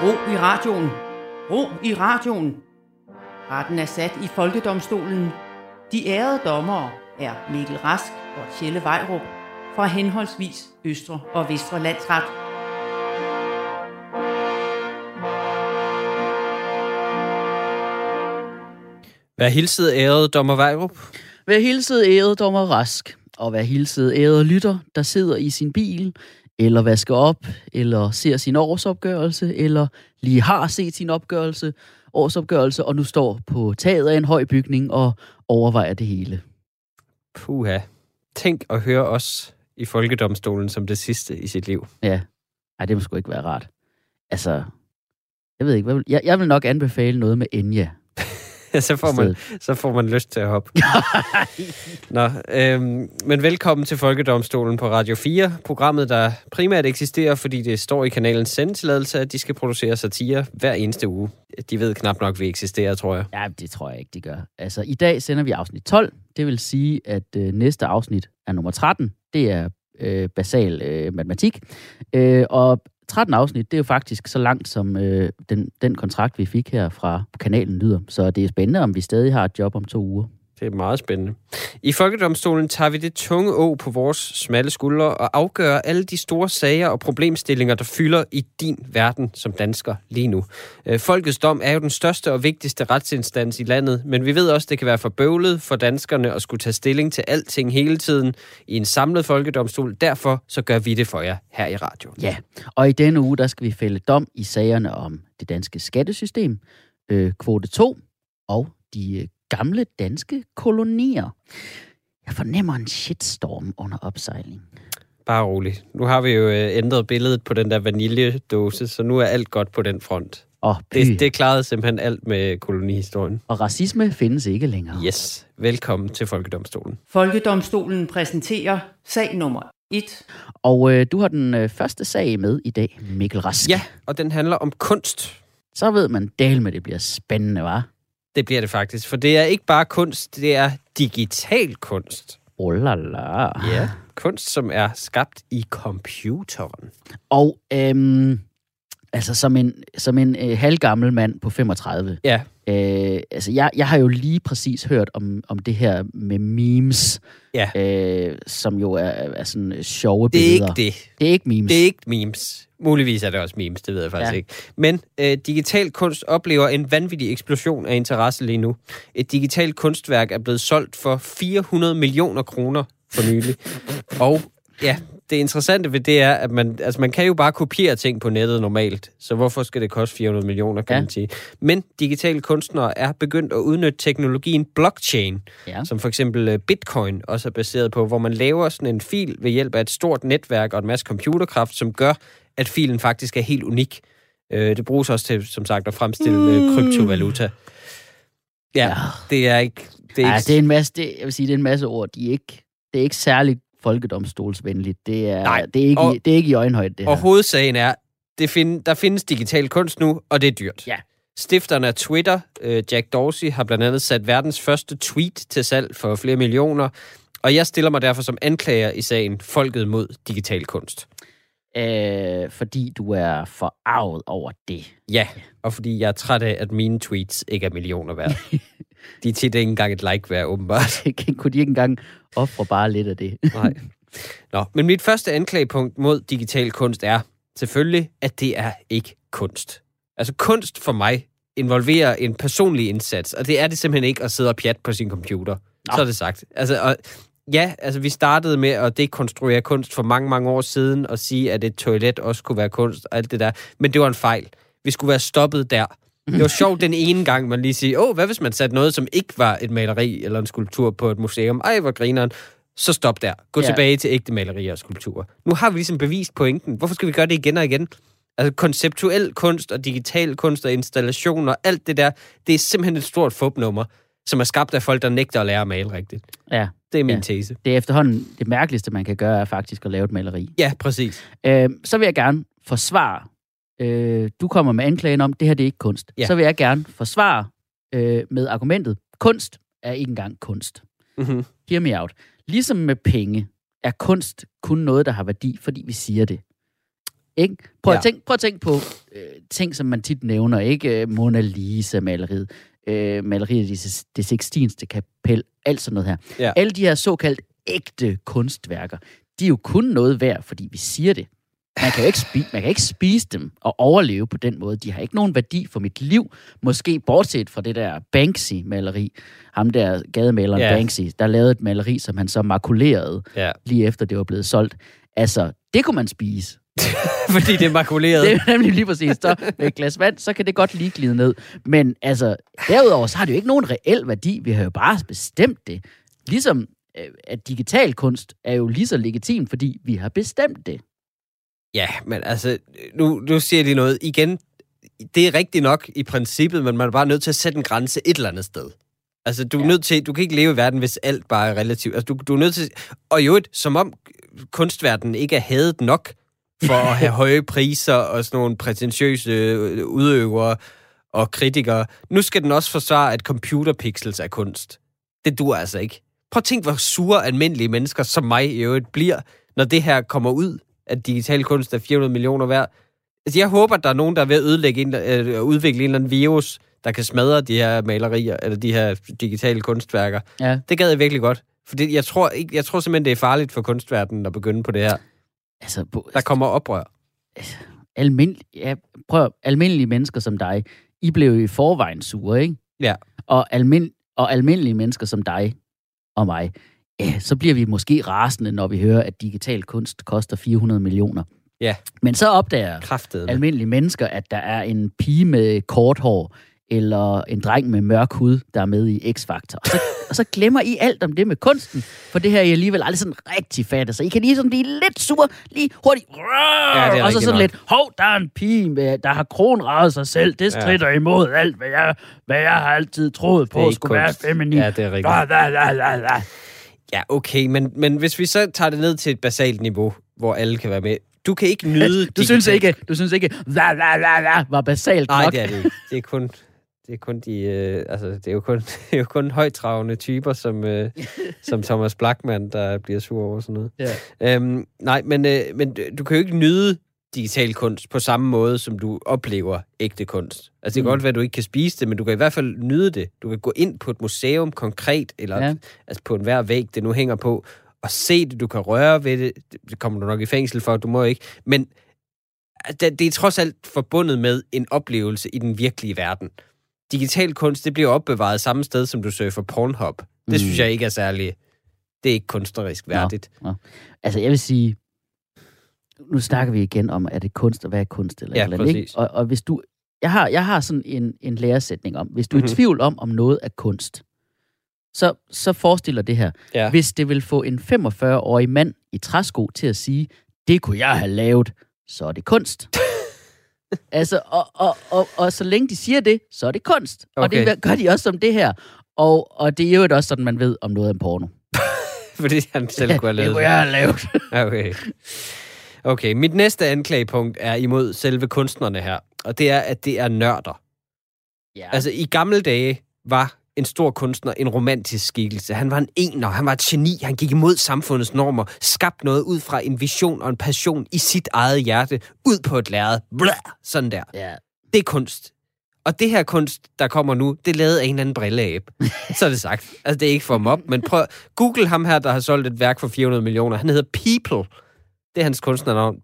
Ro i radioen. Ro i radioen. Retten er sat i Folkedomstolen. De ærede dommere er Mikkel Rask og Tjelle Vejrup fra henholdsvis Østre og Vestre Landsret. Vær hilset, ærede dommer Vejrup. Vær hilset, ærede dommer Rask. Og vær hilset, ærede lytter, der sidder i sin bil, eller vasker op, eller ser sin årsopgørelse, eller lige har set sin årsopgørelse, og nu står på taget af en høj bygning og overvejer det hele. Puha. Tænk at høre os i Folkedomstolen som det sidste i sit liv. Ja. Ej, det må sgu ikke være rart. Altså, jeg ved ikke, jeg vil nok anbefale noget med Enya. Ja, så får man lyst til at hoppe. Nå, men velkommen til Folkedomstolen på Radio 4. Programmet, der primært eksisterer, fordi det står i kanalens sendetilladelse, at de skal producere satire hver eneste uge. De ved knap nok, vi eksisterer, tror jeg. Ja, det tror jeg ikke, de gør. Altså, i dag sender vi afsnit 12. Det vil sige, at næste afsnit er nummer 13. Det er basal matematik. Og 13 afsnit, det er jo faktisk så langt, som den kontrakt, vi fik her fra kanalen lyder. Så det er spændende, om vi stadig har et job om 2 uger. Det er meget spændende. I Folkedomstolen tager vi det tunge å på vores smalle skuldre og afgør alle de store sager og problemstillinger, der fylder i din verden som dansker lige nu. Folkets dom er jo den største og vigtigste retsinstans i landet, men vi ved også, det kan være for bøvlet for danskerne at skulle tage stilling til alting hele tiden i en samlet folkedomstol. Derfor så gør vi det for jer her i radioen. Ja, og i denne uge, der skal vi fælde dom i sagerne om det danske skattesystem, kvote 2 og de gamle danske kolonier. Jeg fornemmer en shitstorm under opsejling. Bare roligt. Nu har vi jo ændret billedet på den der vaniljedåse, så nu er alt godt på den front. Det klarede simpelthen alt med kolonihistorien. Og racisme findes ikke længere. Yes. Velkommen til Folkedomstolen. Folkedomstolen præsenterer sag nummer 1. Og du har den første sag med i dag, Mikkel Rask. Ja, og den handler om kunst. Så ved man med, det bliver spændende, hva'? Det bliver det faktisk, for det er ikke bare kunst, det er digital kunst. Oh la la. Ja, kunst, som er skabt i computeren. Og altså som en halvgammel mand på 35. Ja. Altså jeg har jo lige præcis hørt om det her med memes, ja. Som jo er sådan sjove billeder. Det er ikke det. Det er ikke memes. Det er ikke memes. Muligvis er det også memes, det ved jeg faktisk ikke. Men digital kunst oplever en vanvittig eksplosion af interesse lige nu. Et digitalt kunstværk er blevet solgt for 400 millioner kroner for nylig. Og ja, det interessante ved det er, at man kan jo bare kopiere ting på nettet normalt. Så hvorfor skal det koste 400 millioner, kan man sige. Men digitale kunstnere er begyndt at udnytte teknologien blockchain, som for eksempel Bitcoin også er baseret på, hvor man laver sådan en fil ved hjælp af et stort netværk og en masse computerkraft, som gør, at filen faktisk er helt unik. Det bruges også til, som sagt, at fremstille kryptovaluta. Ja, det er ikke... Det er en masse, jeg vil sige, det er en masse ord. Det er ikke særlig folkedomstolsvenligt. Det er ikke i øjenhøjde, det her. Og hovedsagen er, der findes digital kunst nu, og det er dyrt. Ja. Stifteren af Twitter, Jack Dorsey, har blandt andet sat verdens første tweet til salg for flere millioner, og jeg stiller mig derfor som anklager i sagen Folket mod digital kunst. Fordi du er forarvet over det. Ja, og fordi jeg er træt af, at mine tweets ikke er millioner værd. De er tit ikke engang et like værd, åbenbart. Kunne de ikke engang ofre bare lidt af det? Nej. Nå, men mit første anklagepunkt mod digital kunst er selvfølgelig, at det er ikke kunst. Altså kunst for mig involverer en personlig indsats, og det er det simpelthen ikke at sidde og pjatte på sin computer. Så er det sagt. Altså, vi startede med at dekonstruere kunst for mange, mange år siden, og sige, at et toilet også kunne være kunst, og alt det der. Men det var en fejl. Vi skulle være stoppet der. Det var sjovt den ene gang, man lige siger, hvad hvis man satte noget, som ikke var et maleri eller en skulptur på et museum? Ej, hvor grineren. Så stop der. Gå tilbage til ægte malerier og skulpturer. Nu har vi ligesom bevist pointen. Hvorfor skal vi gøre det igen og igen? Altså konceptuel kunst og digital kunst og installation og alt det der, det er simpelthen et stort fupnummer, som er skabt af folk, der nægter at lære at male rigtigt. Ja. Det er min tese. Det er efterhånden det mærkeligste, man kan gøre, er faktisk at lave et maleri. Ja, præcis. Så vil jeg gerne forsvare. Du kommer med anklagen om, det her det er ikke kunst. Ja. Så vil jeg gerne forsvare med argumentet, kunst er ikke engang kunst. Mm-hmm. Hear me out. Ligesom med penge, er kunst kun noget, der har værdi, fordi vi siger det. Ikke? Prøv at tænke på ting, som man tit nævner, ikke? Mona Lisa-maleriet, maleriet i det Sixtinske kapel, alt sådan noget her. Ja. Alle de her såkaldt ægte kunstværker, de er jo kun noget værd, fordi vi siger det. Man kan ikke spise dem og overleve på den måde. De har ikke nogen værdi for mit liv. Måske bortset fra det der Banksy-maleri. Ham der gademaleren Banksy, der lavede et maleri, som han så makulerede, lige efter det var blevet solgt. Altså, det kunne man spise. Fordi det er makuleret. Det er nemlig lige præcis. Så med et glas vand, så kan det godt lige glide ned. Men altså, derudover, så har det jo ikke nogen reel værdi. Vi har jo bare bestemt det. Ligesom at digital kunst er jo lige så legitim, fordi vi har bestemt det. Ja, men altså, nu siger jeg lige noget. Igen, det er rigtigt nok i princippet, men man er bare nødt til at sætte en grænse et eller andet sted. Altså, du er nødt til, du kan ikke leve i verden, hvis alt bare er relativt. Altså, du er nødt til, og jo, som om kunstverdenen ikke er hadet nok for at have høje priser og sådan nogle prætentiøse udøvere og kritikere. Nu skal den også forsvare, at computerpixels er kunst. Det duer altså ikke. Prøv at tænke, hvor sure almindelige mennesker som mig i øvrigt bliver, når det her kommer ud, at digital kunst er 400 millioner værd. Altså, jeg håber, at der er nogen, der er ved at udvikle en eller anden virus, der kan smadre de her malerier, eller de her digitale kunstværker. Ja. Det gad jeg virkelig godt. For jeg tror simpelthen, det er farligt for kunstverdenen at begynde på det her. Altså, der kommer oprør. Almindelige mennesker som dig, I blev jo i forvejen sure, ikke? Ja. Og almindelige mennesker som dig og mig, så bliver vi måske rasende, når vi hører, at digital kunst koster 400 millioner. Ja. Men så opdager almindelige mennesker, at der er en pige med kort hår, eller en dreng med mørk hud, der er med i X-Factor. Og så glemmer I alt om det med kunsten, for det her er I alligevel aldrig sådan rigtig fattet. Så I kan lige sådan blive lidt sur, lige hurtigt, og så sådan lidt, der er en pige, der har kronraget sig selv, det strider imod alt, hvad jeg har altid troet på, skulle være feminin. Ja, det er rigtigt. Ja, okay, men hvis vi så tager det ned til et basalt niveau, hvor alle kan være med. Du kan ikke nyde... Du synes ikke, var basalt nok? Nej, det er det ikke. Det er kun de... det er jo kun højtravende typer, som Thomas Blachman, der bliver sur over sådan noget. Ja. Nej, men du kan jo ikke nyde digital kunst på samme måde, som du oplever ægte kunst. Altså, det kan godt være, at du ikke kan spise det, men du kan i hvert fald nyde det. Du kan gå ind på et museum konkret, eller på en hver væg, det nu hænger på, og se det, du kan røre ved det. Det kommer du nok i fængsel for, du må ikke. Men det er trods alt forbundet med en oplevelse i den virkelige verden. Digital kunst, det bliver opbevaret samme sted, som du surfer Pornhub. Det synes jeg ikke er særligt. Det er ikke kunstnerisk værdigt. Nå. Altså, jeg vil sige, nu snakker vi igen om, er det kunst, og hvad er kunst? Eller præcis. Ikke? Og hvis du... Jeg har sådan en læresætning om, hvis du er i tvivl om noget er kunst, så forestiller det her. Ja. Hvis det vil få en 45-årig mand i træsko til at sige, det kunne jeg have lavet, så er det kunst. Altså, og så længe de siger det, så er det kunst. Okay. Og det gør de også om det her. Og det er jo også sådan, man ved, om noget er en porno. Fordi han selv kunne have lavet det. Kunne jeg have lavet. Okay. Okay, mit næste anklagepunkt er imod selve kunstnerne her. Og det er, at det er nørder. Ja. Altså, i gamle dage var en stor kunstner en romantisk skikkelse. Han var en ener, han var et geni, han gik imod samfundets normer, skabte noget ud fra en vision og en passion i sit eget hjerte, ud på et lærred. Sådan der. Yeah. Det er kunst. Og det her kunst, der kommer nu, det er lavet af en eller anden brilleabe. Så er det sagt. Altså, det er ikke for mob, men prøv Google ham her, der har solgt et værk for 400 millioner. Han hedder People. Det er hans kunstnernavn.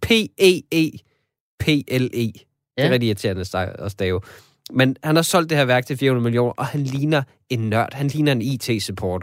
P-E-E-P-L-E. Det er rigtig irriterende at stave. Men han har solgt det her værk til 400 millioner, og han ligner en nørd. Han ligner en IT-supporter.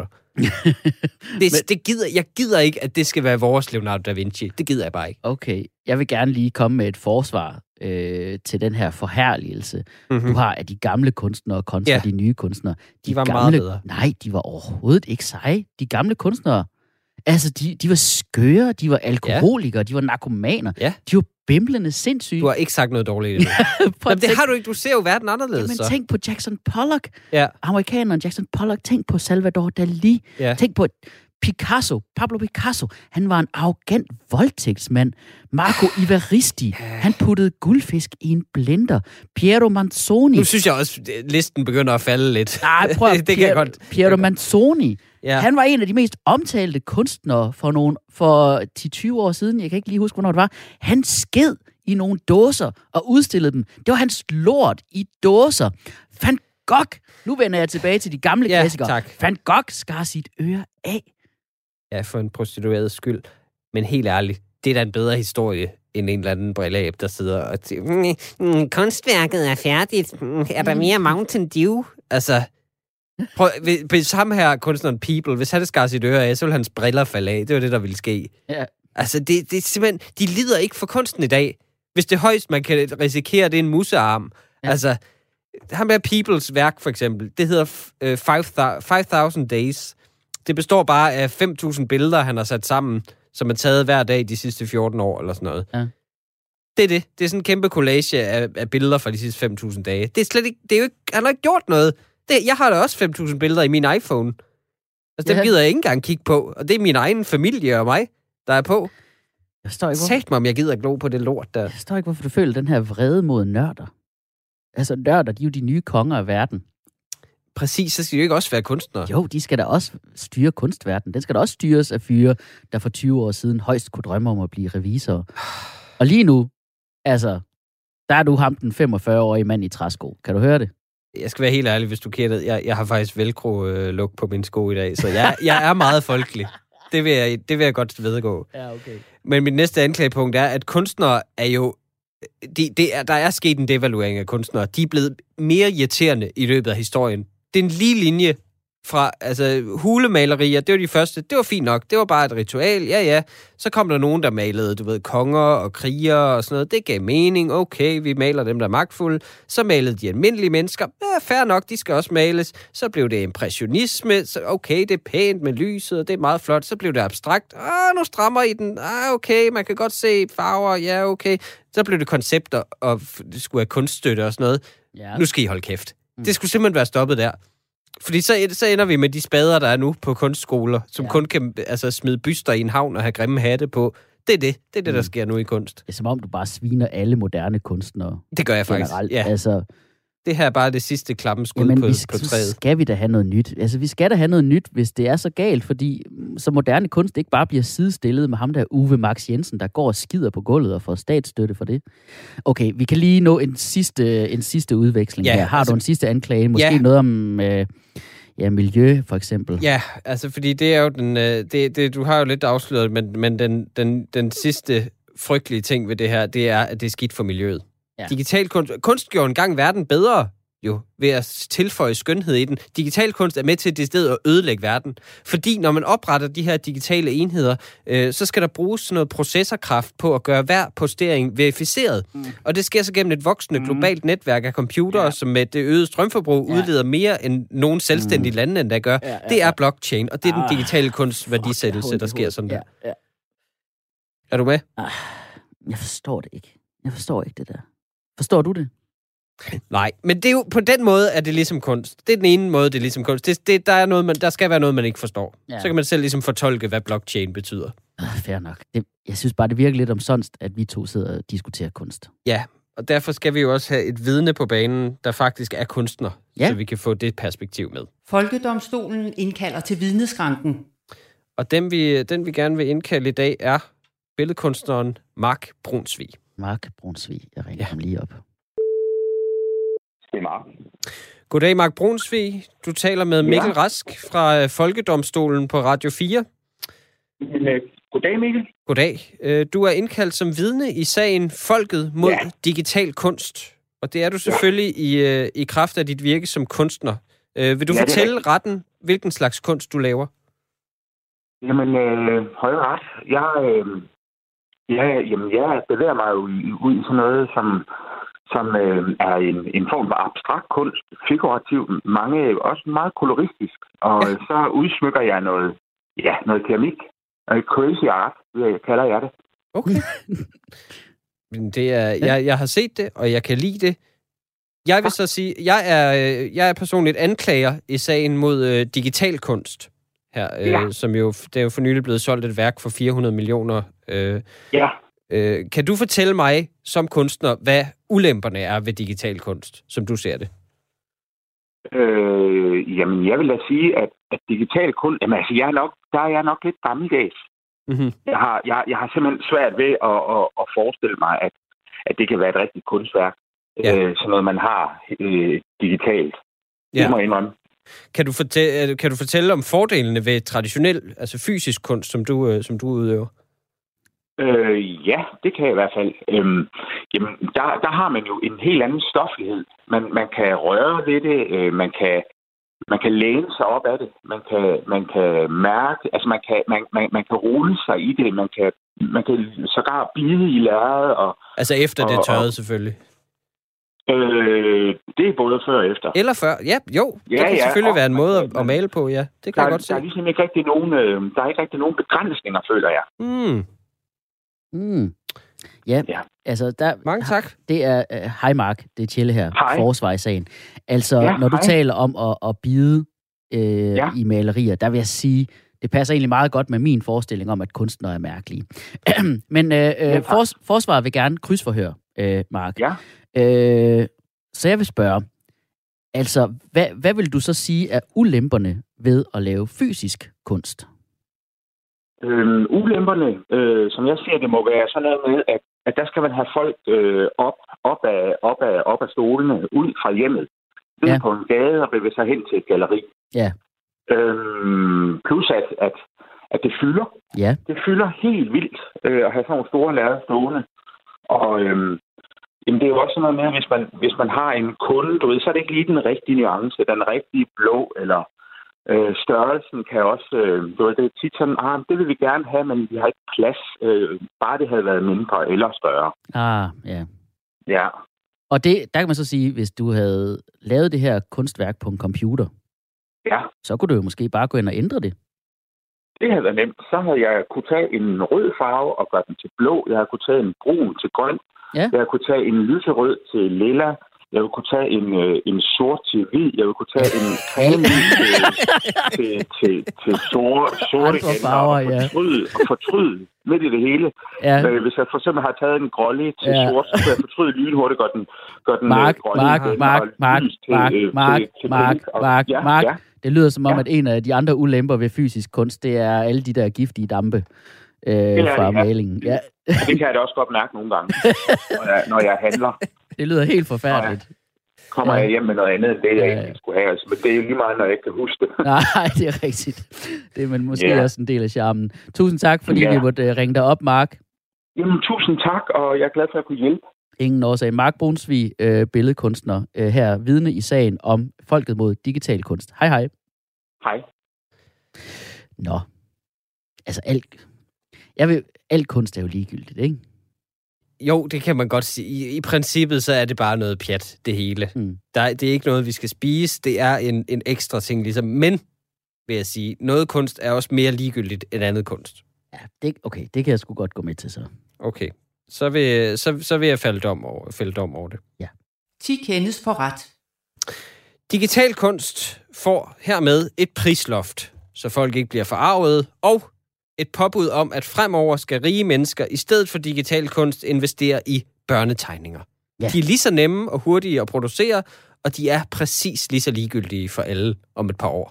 Jeg gider ikke, at det skal være vores Leonardo da Vinci. Det gider jeg bare ikke. Okay, jeg vil gerne lige komme med et forsvar til den her forherligelse, du har af de gamle kunstnere kontra de nye kunstnere. De var meget bedre. Nej, de var overhovedet ikke seje. De gamle kunstnere, altså de var skøre, de var alkoholikere, de var narkomaner, de var bimlende sindssyge. Du har ikke sagt noget dårligt i det. Jamen, det har du ikke. Du ser jo verden anderledes. Men tænk på Jackson Pollock. Ja. Amerikaneren Jackson Pollock. Tænk på Salvador Dalí. Ja. Tænk på Picasso. Pablo Picasso. Han var en arrogant voldtægtsmand. Marco Ivaristi. Han puttede guldfisk i en blender. Piero Manzoni. Nu synes jeg også, listen begynder at falde lidt. Nej, prøv at Piero Manzoni. Ja. Han var en af de mest omtalte kunstnere for 10-20 år siden. Jeg kan ikke lige huske, hvornår det var. Han sked i nogle dåser og udstillede dem. Det var hans lort i dåser. Van Gogh, nu vender jeg tilbage til de gamle klassikere. Tak. Van Gogh skar sit øre af. Ja, for en prostitueret skyld. Men helt ærligt, det er da en bedre historie end en eller anden brillab, der sidder og siger, kunstværket er færdigt. Er der mere Mountain Dew? Altså, prøv, hvis ham her, kunstneren People, hvis han skar sit øre af, så ville hans briller falde af. Det var det, der ville ske. Ja. Altså, det er simpelthen... De lider ikke for kunsten i dag. Hvis det højst, man kan risikere, det er en musearm. Ja. Altså, ham her Peoples værk, for eksempel, det hedder 5,000 Days. Det består bare af 5.000 billeder, han har sat sammen, som er taget hver dag de sidste 14 år, eller sådan noget. Ja. Det er det. Det er sådan en kæmpe collage af billeder fra de sidste 5.000 dage. Det er slet ikke... Det er jo ikke, han har ikke gjort noget. Jeg har da også 5.000 billeder i min iPhone. Altså, dem gider jeg ikke engang kigge på. Og det er min egen familie og mig, der er på. Jeg forstår ikke, Sagt mig, om jeg gider glo på det lort der. Jeg forstår ikke, hvorfor du føler den her vrede mod nørder. Altså, nørder, de er jo de nye konger af verden. Præcis, så skal de jo ikke også være kunstnere. Jo, de skal da også styre kunstverdenen. Den skal da også styres af fyre, der for 20 år siden højst kunne drømme om at blive revisor. Og lige nu, altså, der er du ham den 45-årige mand i træsko. Kan du høre det? Jeg skal være helt ærlig, hvis du kender det. Jeg har faktisk velcro-luk på mine sko i dag, så jeg er meget folkelig. Det vil jeg godt vedgå. Ja, okay. Men mit næste anklagepunkt er, at kunstnere er jo... Der er sket en devaluering af kunstnere. De er blevet mere irriterende i løbet af historien. Det er en lige linje fra hulemalerier. Det var de første. Det var fint nok. Det var bare et ritual. Ja. Så kom der nogen, der malede, konger og krigere og sådan noget. Det gav mening. Okay, vi maler dem, der er magtfulde. Så malede de almindelige mennesker. Ja, fair nok, de skal også males. Så blev det impressionisme. Så okay, det er pænt med lyset, og det er meget flot. Så blev det abstrakt. Nu strammer I den. Okay, man kan godt se farver. Ja, okay. Så blev det koncepter, og det skulle have kunststøtte og sådan noget. Ja. Nu skal I holde kæft. Det skulle simpelthen være stoppet der. Fordi så ender vi med de spader, der er nu på kunstskoler, som kun kan smide byster i en havn og have grimme hatte på. Det er det, der sker nu i kunst. Det er som om, du bare sviner alle moderne kunstnere. Det gør jeg faktisk. Ja. Altså, det her er bare det sidste klappen skud på træet. Skal vi da have noget nyt? Altså, vi skal da have noget nyt, hvis det er så galt, fordi så moderne kunst ikke bare bliver sidestillet med ham der Uwe Max Jensen, der går og skider på gulvet og får statsstøtte for det. Okay, vi kan lige nå en sidste udveksling her. Har du en sidste anklage? Måske noget om miljø, for eksempel? Ja, altså, fordi det er jo du har jo lidt afsløret, men den sidste frygtelige ting ved det her, det er, at det er skidt for miljøet. Ja. Digital kunst gjorde engang verden bedre, jo, ved at tilføje skønhed i den. Digital kunst er med til det sted at ødelægge verden. Fordi når man opretter de her digitale enheder, så skal der bruges sådan noget processorkraft på at gøre hver postering verificeret. Og det sker så gennem et voksende globalt netværk af computere, som med det øgede strømforbrug udleder mere end nogen selvstændige lande, end der gør. Det er blockchain, og det er den digitale kunst værdisættelse, der sker sådan der. Er du med? Jeg forstår det ikke. Jeg forstår ikke det der. Forstår du det? Nej, men det er jo, på den måde er det ligesom kunst. Det er den ene måde, det er ligesom kunst. Der skal være noget, man ikke forstår. Ja. Så kan man selv ligesom fortolke, hvad blockchain betyder. Fair nok. Jeg synes bare, det virker lidt omsonst, at vi to sidder og diskuterer kunst. Ja, og derfor skal vi jo også have et vidne på banen, der faktisk er kunstner, så vi kan få det perspektiv med. Folkedomstolen indkalder til vidneskranken. Og den vi gerne vil indkalde i dag, er billedkunstneren Mark Brunsvig. Mark Brunsvig. Jeg ringer ham lige op. Det er Mark. Goddag, Mark Brunsvig. Du taler med Mikkel Rask fra Folkedomstolen på Radio 4. Goddag, Mikkel. Goddag. Du er indkaldt som vidne i sagen Folket mod digital kunst. Og det er du selvfølgelig i kraft af dit virke som kunstner. Vil du fortælle retten, hvilken slags kunst du laver? Jamen, højre ret. Jeg bevæger mig jo ud i sådan noget, som er en form for abstrakt kunst, figurativ, mange også meget koloristisk. Og så udsmykker jeg noget keramik. Crazy art, kalder jeg det. Okay. Det er, jeg har set det, og jeg kan lide det. Jeg vil så sige, jeg er personligt anklager i sagen mod digital kunst her, som jo, det er jo for nylig blevet solgt et værk for 400 millioner. Kan du fortælle mig som kunstner, hvad ulemperne er ved digital kunst, som du ser det? Jamen, jeg vil da sige, at digital kunst... Jamen, altså, der er jeg nok lidt gammeldags. Mm-hmm. Jeg har simpelthen svært ved at forestille mig, at det kan være et rigtigt kunstværk. Sådan noget, man har digitalt. Det må jeg indrømme. Kan du fortælle om fordelene ved traditionel, altså fysisk kunst, som du udøver? Ja, det kan jeg i hvert fald. Jamen, der har man jo en helt anden stoflighed. Man kan røre ved det, man kan læne sig op af det, man kan mærke, altså man kan rulle sig i det, man kan sågar bide i lærredet. Altså efter det er tørret, selvfølgelig. Det er både før og efter. Eller før, det kan selvfølgelig være en måde at male på, ja. Det kan jeg godt se. Der er ligesom ikke rigtig nogen begrænsninger, føler jeg. Ja, altså der... Mange tak. Det er... Hej Mark, det er Tjelle her. Hej. Forsvar i sagen. Altså, når du taler om at bide i malerier, der vil jeg sige, det passer egentlig meget godt med min forestilling om, at kunstnere er mærkelige. Men forsvaret vil gerne krydsforhøre, Mark. Ja. Så jeg vil spørge, altså, hvad vil du så sige er ulemperne ved at lave fysisk kunst? Ulemperne, som jeg ser det, må være sådan noget med, at der skal man have folk op af stolene, ud fra hjemmet, ned på en gade og bevæge sig hen til et galleri. Ja. Plus at det fylder. Ja. Det fylder helt vildt at have sådan nogle store lærreder stående. Og det er jo også sådan noget med, hvis man har en kunde, du ved, så er det ikke lige den rigtige nuance, den rigtige blå, eller størrelsen kan også, det er tit sådan, det vil vi gerne have, men vi har ikke plads, bare det havde været mindre eller større. Ja. Ja. Og det, der kan man så sige, hvis du havde lavet det her kunstværk på en computer, så kunne du jo måske bare gå ind og ændre det. Det havde været nemt. Så havde jeg kunne tage en rød farve og gøre den til blå. Jeg havde kunne tage en brun til grøn. Ja. Jeg havde kunne tage en lyserød til lilla. Jeg ville kunne tage en sort til hvid. Jeg ville kunne tage en creme til sorte farver, og fortryde midt i det hele. Ja. Hvis jeg for eksempel har taget en grålig til sort, så kan jeg fortryde lynhurtigt, gør den Mark. Det lyder som om, at en af de andre ulemper ved fysisk kunst, det er alle de der giftige dampe fra malingen. Ja. Det kan jeg da også godt mærke nogle gange, når jeg handler. Det lyder helt forfærdeligt. Kommer jeg hjem med noget andet, end det jeg egentlig skulle have. Altså, men det er jo lige meget, når jeg ikke kan huske det. Nej, det er rigtigt. Det er måske også en del af charmen. Tusind tak, fordi vi måtte ringe dig op, Mark. Jamen, tusind tak, og jeg er glad for, at jeg kunne hjælpe. Ingen årsag. Mark Brunsvig, billedkunstner, her vidne i sagen om Folket mod digital kunst. Hej, hej. Hej. Nå. Altså, alt kunst er jo ligegyldigt, ikke? Jo, det kan man godt sige. I princippet, så er det bare noget pjat, det hele. Det er ikke noget, vi skal spise. Det er en ekstra ting, ligesom. Men, vil jeg sige, noget kunst er også mere ligegyldigt end andet kunst. Ja, det kan jeg sgu godt gå med til, så. Okay. Så vil jeg fælde dom over det. Ja. 10 kendes for ret. Digital kunst får hermed et prisloft, så folk ikke bliver forarvet, og et påbud om, at fremover skal rige mennesker i stedet for digital kunst investere i børnetegninger. Ja. De er lige så nemme og hurtige at producere, og de er præcis lige så ligegyldige for alle om et par år.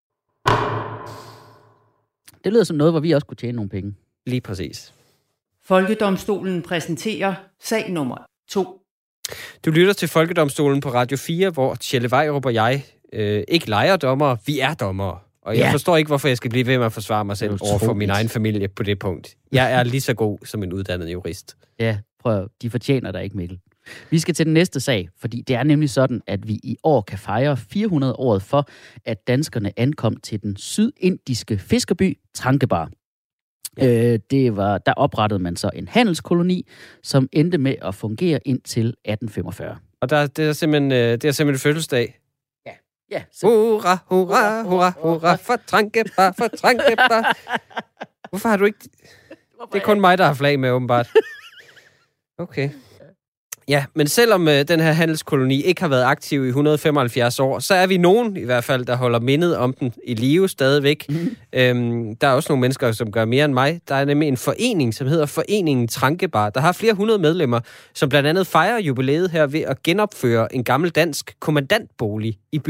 Det lyder som noget, hvor vi også kunne tjene nogle penge. Lige præcis. Folkedomstolen præsenterer sag nummer 2. Du lytter til Folkedomstolen på Radio 4, hvor Tjelle Vejrup og jeg ikke leger dommere, vi er dommere. Og jeg forstår ikke, hvorfor jeg skal blive ved med at forsvare mig selv over for min egen familie på det punkt. Jeg er lige så god som en uddannet jurist. Ja, prøv. De fortjener dig ikke, Mikkel. Vi skal til den næste sag, fordi det er nemlig sådan, at vi i år kan fejre 400-året for, at danskerne ankom til den sydindiske fiskerby Trankebar. Der oprettede man så en handelskoloni, som endte med at fungere indtil 1845. Og det er simpelthen fødselsdag. Ja. Hurra, hurra, hurra, hurra, for Trankebar, for Trankebar. Hvorfor har du ikke... Det er kun mig, der har flag med, åbenbart. Okay. Ja, men selvom den her handelskoloni ikke har været aktiv i 175 år, så er vi nogen i hvert fald, der holder mindet om den i live stadigvæk. Der er også nogle mennesker, som gør mere end mig. Der er nemlig en forening, som hedder Foreningen Trankebar, der har flere hundrede medlemmer, som blandt andet fejrer jubilæet her ved at genopføre en gammel dansk kommandantbolig i byen,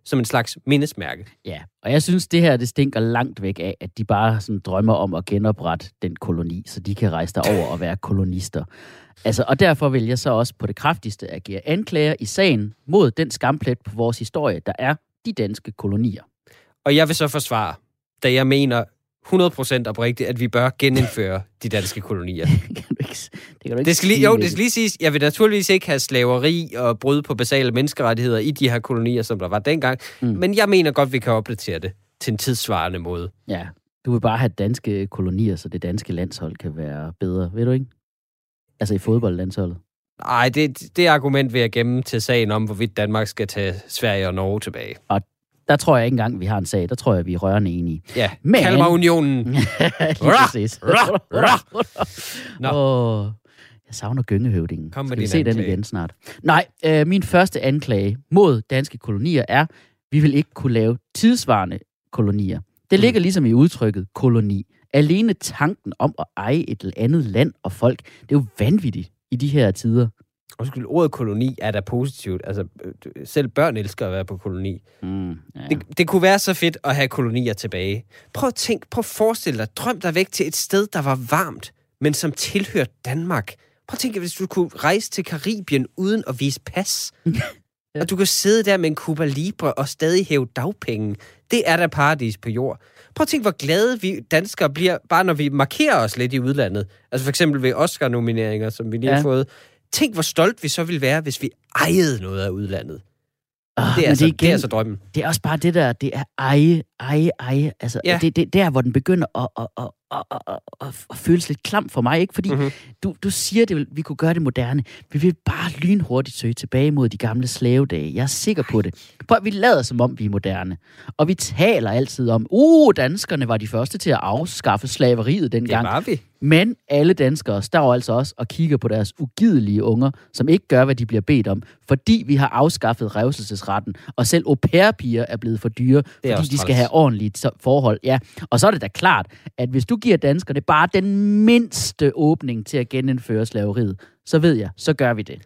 som en slags mindesmærke. Ja, og jeg synes, det her det stinker langt væk af, at de bare sådan drømmer om at genoprette den koloni, så de kan rejse derover og være kolonister. Altså, og derfor vil jeg så også på det kraftigste agere anklager i sagen mod den skamplet på vores historie, der er de danske kolonier. Og jeg vil så forsvare, da jeg mener 100% oprigtigt, at vi bør genindføre de danske kolonier. Det skal lige siges, jeg vil naturligvis ikke have slaveri og brud på basale menneskerettigheder i de her kolonier, som der var dengang, men jeg mener godt, vi kan opdatere det til en tidssvarende måde. Ja, du vil bare have danske kolonier, så det danske landshold kan være bedre, ved du ikke? Altså i fodboldlandsholdet. Nej, det argument vil jeg gemme til sagen om, hvorvidt Danmark skal tage Sverige og Norge tilbage. Og der tror jeg ikke engang, vi har en sag. Der tror jeg, vi er rørende enige. Ja, Kalmarunionen. Lige præcis. Jeg savner gyngehøvdingen. Skal vi se den igen snart? Nej, min første anklage mod danske kolonier er, vi vil ikke kunne lave tidsvarende kolonier. Det ligger ligesom i udtrykket koloni. Alene tanken om at eje et andet land og folk, det er jo vanvittigt i de her tider. Ordet koloni er da positivt. Altså, selv børn elsker at være på koloni. Ja. Det kunne være så fedt at have kolonier tilbage. Prøv at forestille dig, drøm dig væk til et sted, der var varmt, men som tilhørte Danmark. Prøv at tænke, hvis du kunne rejse til Karibien uden at vise pas. Ja. Og du kan sidde der med en Cuba Libre og stadig hæve dagpenge. Det er da paradis på jord. Prøv at tænke, hvor glade vi danskere bliver, bare når vi markerer os lidt i udlandet. Altså for eksempel ved Oscar-nomineringer, som vi lige har fået. Tænk, hvor stolt vi så ville være, hvis vi ejede noget af udlandet. Det er så drømmen. Det er også bare det der, det er eje. Altså, det er, hvor den begynder at føles lidt klam for mig, ikke? Fordi du siger, det vi kunne gøre det moderne. Vi vil bare lynhurtigt søge tilbage mod de gamle slavedage. Jeg er sikker på det. Vi lader som om, vi er moderne. Og vi taler altid om, danskerne var de første til at afskaffe slaveriet dengang. Det var vi. Men alle danskere står altså også og kigger på deres ugidelige unger, som ikke gør, hvad de bliver bedt om, fordi vi har afskaffet revselsesretten, og selv au pair-piger er blevet for dyre, fordi de skal have ordentlige forhold. Ja. Og så er det da klart, at hvis du giver danskerne bare den mindste åbning til at genindføre slaveriet, så ved jeg, så gør vi det.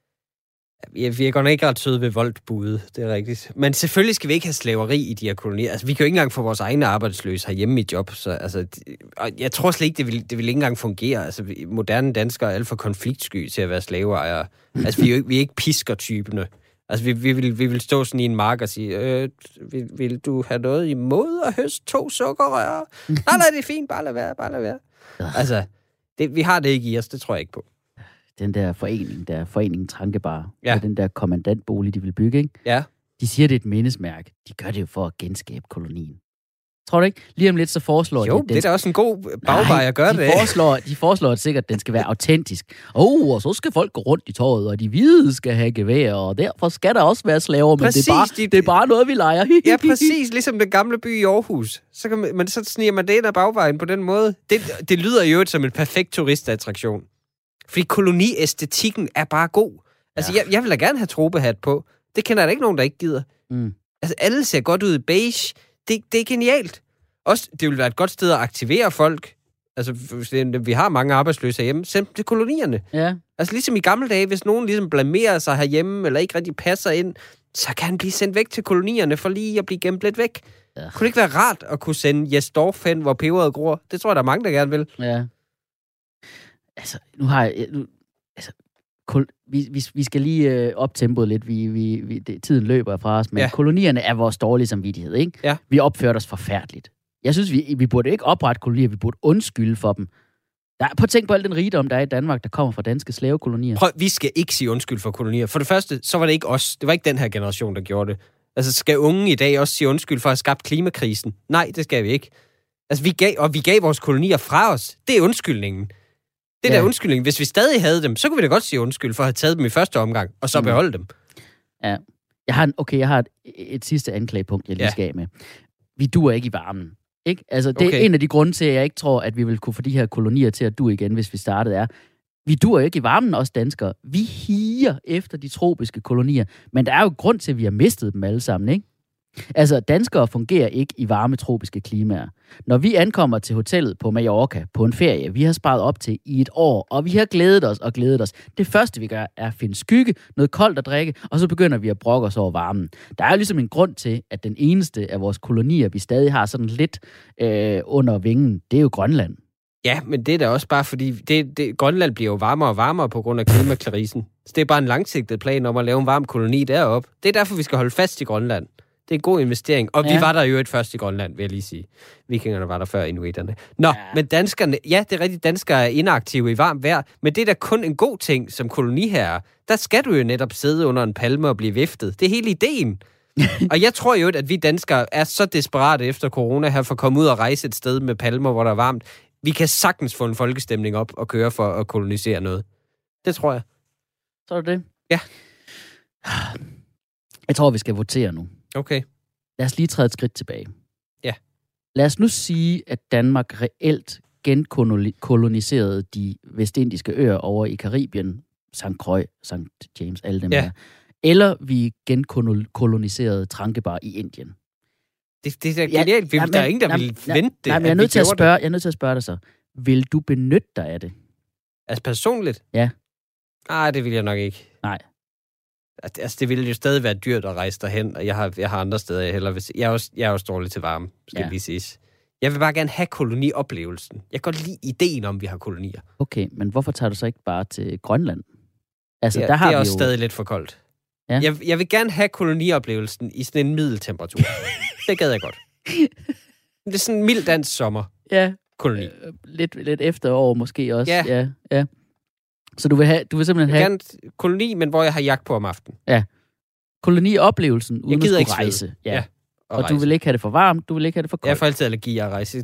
Ja, vi er godt ikke ret søde ved voldbudet, det er rigtigt. Men selvfølgelig skal vi ikke have slaveri i de her kolonier. Altså, vi kan jo ikke engang få vores egne arbejdsløse herhjemme i job. Så, altså, jeg tror slet ikke, det vil ikke engang fungere. Altså, moderne danskere er alt for konfliktsky til at være slaveejere. Altså, vi er ikke piskertypene. Altså, vi vil stå sådan i en mark og sige, vil du have noget imod at høste 2 sukkerrør? Nej, det er fint, bare lad være. Altså, vi har det ikke i os, det tror jeg ikke på. Den der foreningen Trankebar, og den der kommandantbolig, de vil bygge, ikke? Ja. De siger, det er et mindesmærke. De gør det jo for at genskabe kolonien. Tror du ikke? Lige om lidt så foreslår de... Jo, det er da også en god bagvej at gøre det. De foreslår at sikkert, at den skal være autentisk. Og så skal folk gå rundt i torvet, og de hvide skal have geværer, og derfor skal der også være slaver, men det er bare noget, vi leger. Ja, præcis. Ligesom den gamle by i Aarhus. Så sniger man det ind ad bagvejen på den måde. Det lyder jo som en perfekt turistattraktion. Fordi koloniæstetikken er bare god. Altså, jeg vil da gerne have tropehat på. Det kender der ikke nogen, der ikke gider. Altså, alle ser godt ud i beige. Det er genialt. Også, det vil være et godt sted at aktivere folk. Altså, vi har mange arbejdsløse hjemme. Send til kolonierne. Ja. Altså, ligesom i gamle dage, hvis nogen ligesom blamerer sig herhjemme, eller ikke rigtig passer ind, så kan han blive sendt væk til kolonierne for lige at blive gemt lidt væk. Ja. Kunne det ikke være rart at kunne sende Jesdorf hen, hvor peberet gror? Det tror jeg, der er mange, der gerne vil. Ja. Altså, nu har jeg... Vi skal lige op tempoet lidt. Tiden løber fra os, men kolonierne er vores dårlige samvittighed, ikke? Ja. Vi opfører os forfærdeligt. Jeg synes, vi burde ikke oprette kolonier, vi burde undskylde for dem. Prøv at tænke på al den rigdom, der er i Danmark, der kommer fra danske slavekolonier. Vi skal ikke sige undskyld for kolonier. For det første, så var det ikke os. Det var ikke den her generation, der gjorde det. Altså, skal unge i dag også sige undskyld for at have skabt klimakrisen? Nej, det skal vi ikke. Altså, vi gav vores kolonier fra os. Det er undskyldningen. Det der undskyldning. Hvis vi stadig havde dem, så kunne vi da godt sige undskyld for at have taget dem i første omgang, og så beholde dem. Ja. Jeg har et sidste anklagepunkt, jeg lige skal af med. Vi duer ikke i varmen. Ikke? Altså, det er en af de grunde til, at jeg ikke tror, at vi vil kunne få de her kolonier til at due igen, hvis vi startede er. Vi duer ikke i varmen, os danskere. Vi higer efter de tropiske kolonier. Men der er jo grund til, at vi har mistet dem alle sammen, ikke? Altså, danskere fungerer ikke i varme tropiske klimaer. Når vi ankommer til hotellet på Mallorca på en ferie, vi har sparet op til i et år, og vi har glædet os. Det første, vi gør, er at finde skygge, noget koldt at drikke, og så begynder vi at brokke os over varmen. Der er jo ligesom en grund til, at den eneste af vores kolonier, vi stadig har sådan lidt under vingen, det er jo Grønland. Ja, men det er da også bare, fordi Grønland bliver jo varmere og varmere på grund af klimakrisen. Så det er bare en langsigtet plan om at lave en varm koloni deroppe. Det er derfor, vi skal holde fast i Grønland. Det er en god investering. Og vi var der jo først i Grønland, vil jeg lige sige. Vikingerne var der før inuiterne. Nå, men danskerne, ja, det er rigtigt, danskere er inaktive i varmt vejr, men det er da kun en god ting som koloniherre. Der skal du jo netop sidde under en palme og blive viftet. Det er hele ideen. Og jeg tror jo, at vi danskere er så desperate efter corona her for at komme ud og rejse et sted med palmer, hvor der er varmt. Vi kan sagtens få en folkestemning op og køre for at kolonisere noget. Det tror jeg. Så er det? Ja. Jeg tror, vi skal votere nu. Okay. Lad os lige træde et skridt tilbage. Ja. Lad os nu sige, at Danmark reelt genkoloniserede de vestindiske øer over i Karibien, St. Croix, St. James, alle dem her. Eller vi genkoloniserede Trankebar i Indien. Det er genialt. Der er ingen, der vil vente det. Nej, men jeg er nødt til at spørge dig så. Vil du benytte dig af det? Altså personligt? Ja. Nej, det vil jeg nok ikke. Nej. Altså, det ville jo stadig være dyrt at rejse derhen, og jeg har andre steder, jeg hellere vil se. Jeg er også dårlig til varme, skal lige siges. Jeg vil bare gerne have kolonioplevelsen. Jeg kan godt lide ideen om, vi har kolonier. Okay, men hvorfor tager du så ikke bare til Grønland? Altså, ja, der har det er vi også jo... stadig lidt for koldt. Ja. Jeg vil gerne have kolonioplevelsen i sådan en middeltemperatur. Det gad jeg godt. Det er sådan en mild dansk sommer. Ja. Koloni. Lidt efterår måske også. Ja. Så du vil simpelthen have... Gerne koloni, men hvor jeg har jagt på om aftenen. Ja. Kolonioplevelsen uden at skulle rejse. Ja. Og rejse. Du vil ikke have det for varmt, du vil ikke have det for koldt. Jeg får altid allergi at rejse.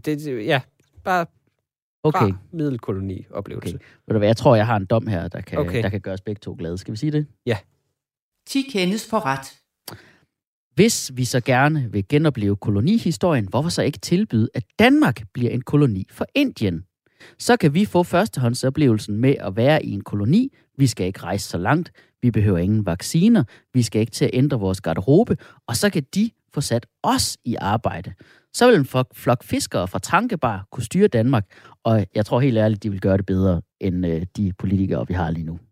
Bare middelkoloni-oplevelse. Okay. Ved du hvad, jeg tror, jeg har en dom her, der kan gøre os begge to glade. Skal vi sige det? Ja. 10 kendes for ret. Hvis vi så gerne vil genopleve kolonihistorien, hvorfor så ikke tilbyde, at Danmark bliver en koloni for Indien? Så kan vi få førstehåndsoplevelsen med at være i en koloni. Vi skal ikke rejse så langt. Vi behøver ingen vacciner. Vi skal ikke til at ændre vores garderobe. Og så kan de få sat os i arbejde. Så vil en flok fiskere fra Trankebar kunne styre Danmark. Og jeg tror helt ærligt, de vil gøre det bedre, end de politikere, vi har lige nu.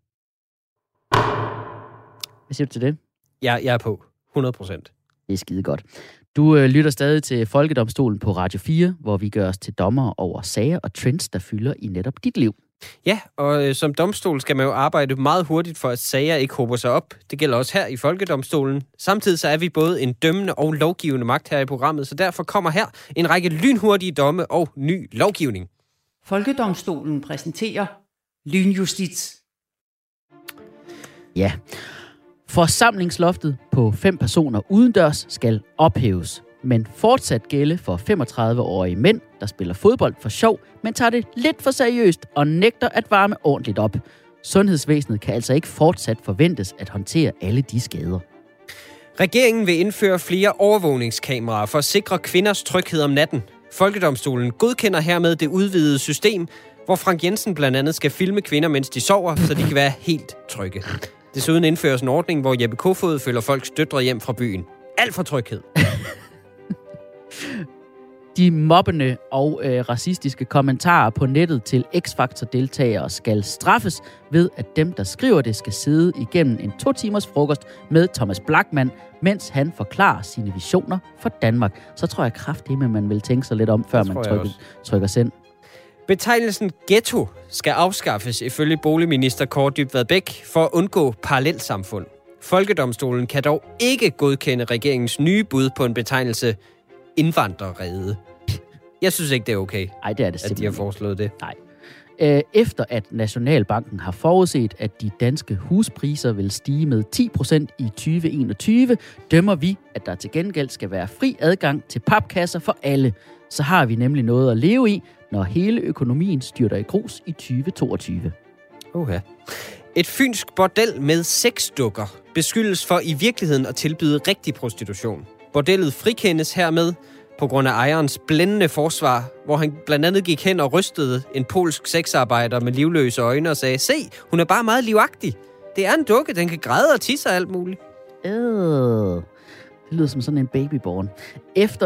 Hvad siger du til det? Jeg er på. 100%. Det er skide godt. Du lytter stadig til Folkedomstolen på Radio 4, hvor vi gør os til dommer over sager og trends, der fylder i netop dit liv. Ja, og som domstol skal man jo arbejde meget hurtigt for, at sager ikke hober sig op. Det gælder også her i Folkedomstolen. Samtidig så er vi både en dømmende og lovgivende magt her i programmet, så derfor kommer her en række lynhurtige domme og ny lovgivning. Folkedomstolen præsenterer lynjustits. Ja. Forsamlingsloftet på 5 personer udendørs skal ophæves, men fortsat gælde for 35-årige mænd, der spiller fodbold for sjov, men tager det lidt for seriøst og nægter at varme ordentligt op. Sundhedsvæsenet kan altså ikke fortsat forventes at håndtere alle de skader. Regeringen vil indføre flere overvågningskameraer for at sikre kvinders tryghed om natten. Folkedomstolen godkender hermed det udvidede system, hvor Frank Jensen blandt andet skal filme kvinder, mens de sover, så de kan være helt trygge. Desuden indføres en ordning, hvor Jeppe Kofod følger folks døtre hjem fra byen. Alt for tryghed. De mobbende og racistiske kommentarer på nettet til X-Factor-deltagere skal straffes ved, at dem, der skriver det, skal sidde igennem en 2 timers frokost med Thomas Blachmann, mens han forklarer sine visioner for Danmark. Så tror jeg kraftedeme, man vil tænke sig lidt om, før man trykker send. Betegnelsen ghetto skal afskaffes ifølge boligminister Kaare Dybvad Bek for at undgå parallelsamfund. Folkedomstolen kan dog ikke godkende regeringens nye bud på en betegnelse indvandrerrede. Jeg synes ikke, det er okay, Ej, det er det at de har foreslået det. Nej. Efter at Nationalbanken har forudset, at de danske huspriser vil stige med 10% i 2021, dømmer vi, at der til gengæld skal være fri adgang til papkasser for alle. Så har vi nemlig noget at leve i, når hele økonomien styrter i grus i 2022. Okay. Et fynsk bordel med sexdukker beskyldes for i virkeligheden at tilbyde rigtig prostitution. Bordellet frikendes hermed på grund af ejerens blændende forsvar, hvor han blandt andet gik hen og rystede en polsk sexarbejder med livløse øjne og sagde, se, hun er bare meget livagtig. Det er en dukke, den kan græde og tisse og alt muligt. Det lyder som sådan en babyborn. Efter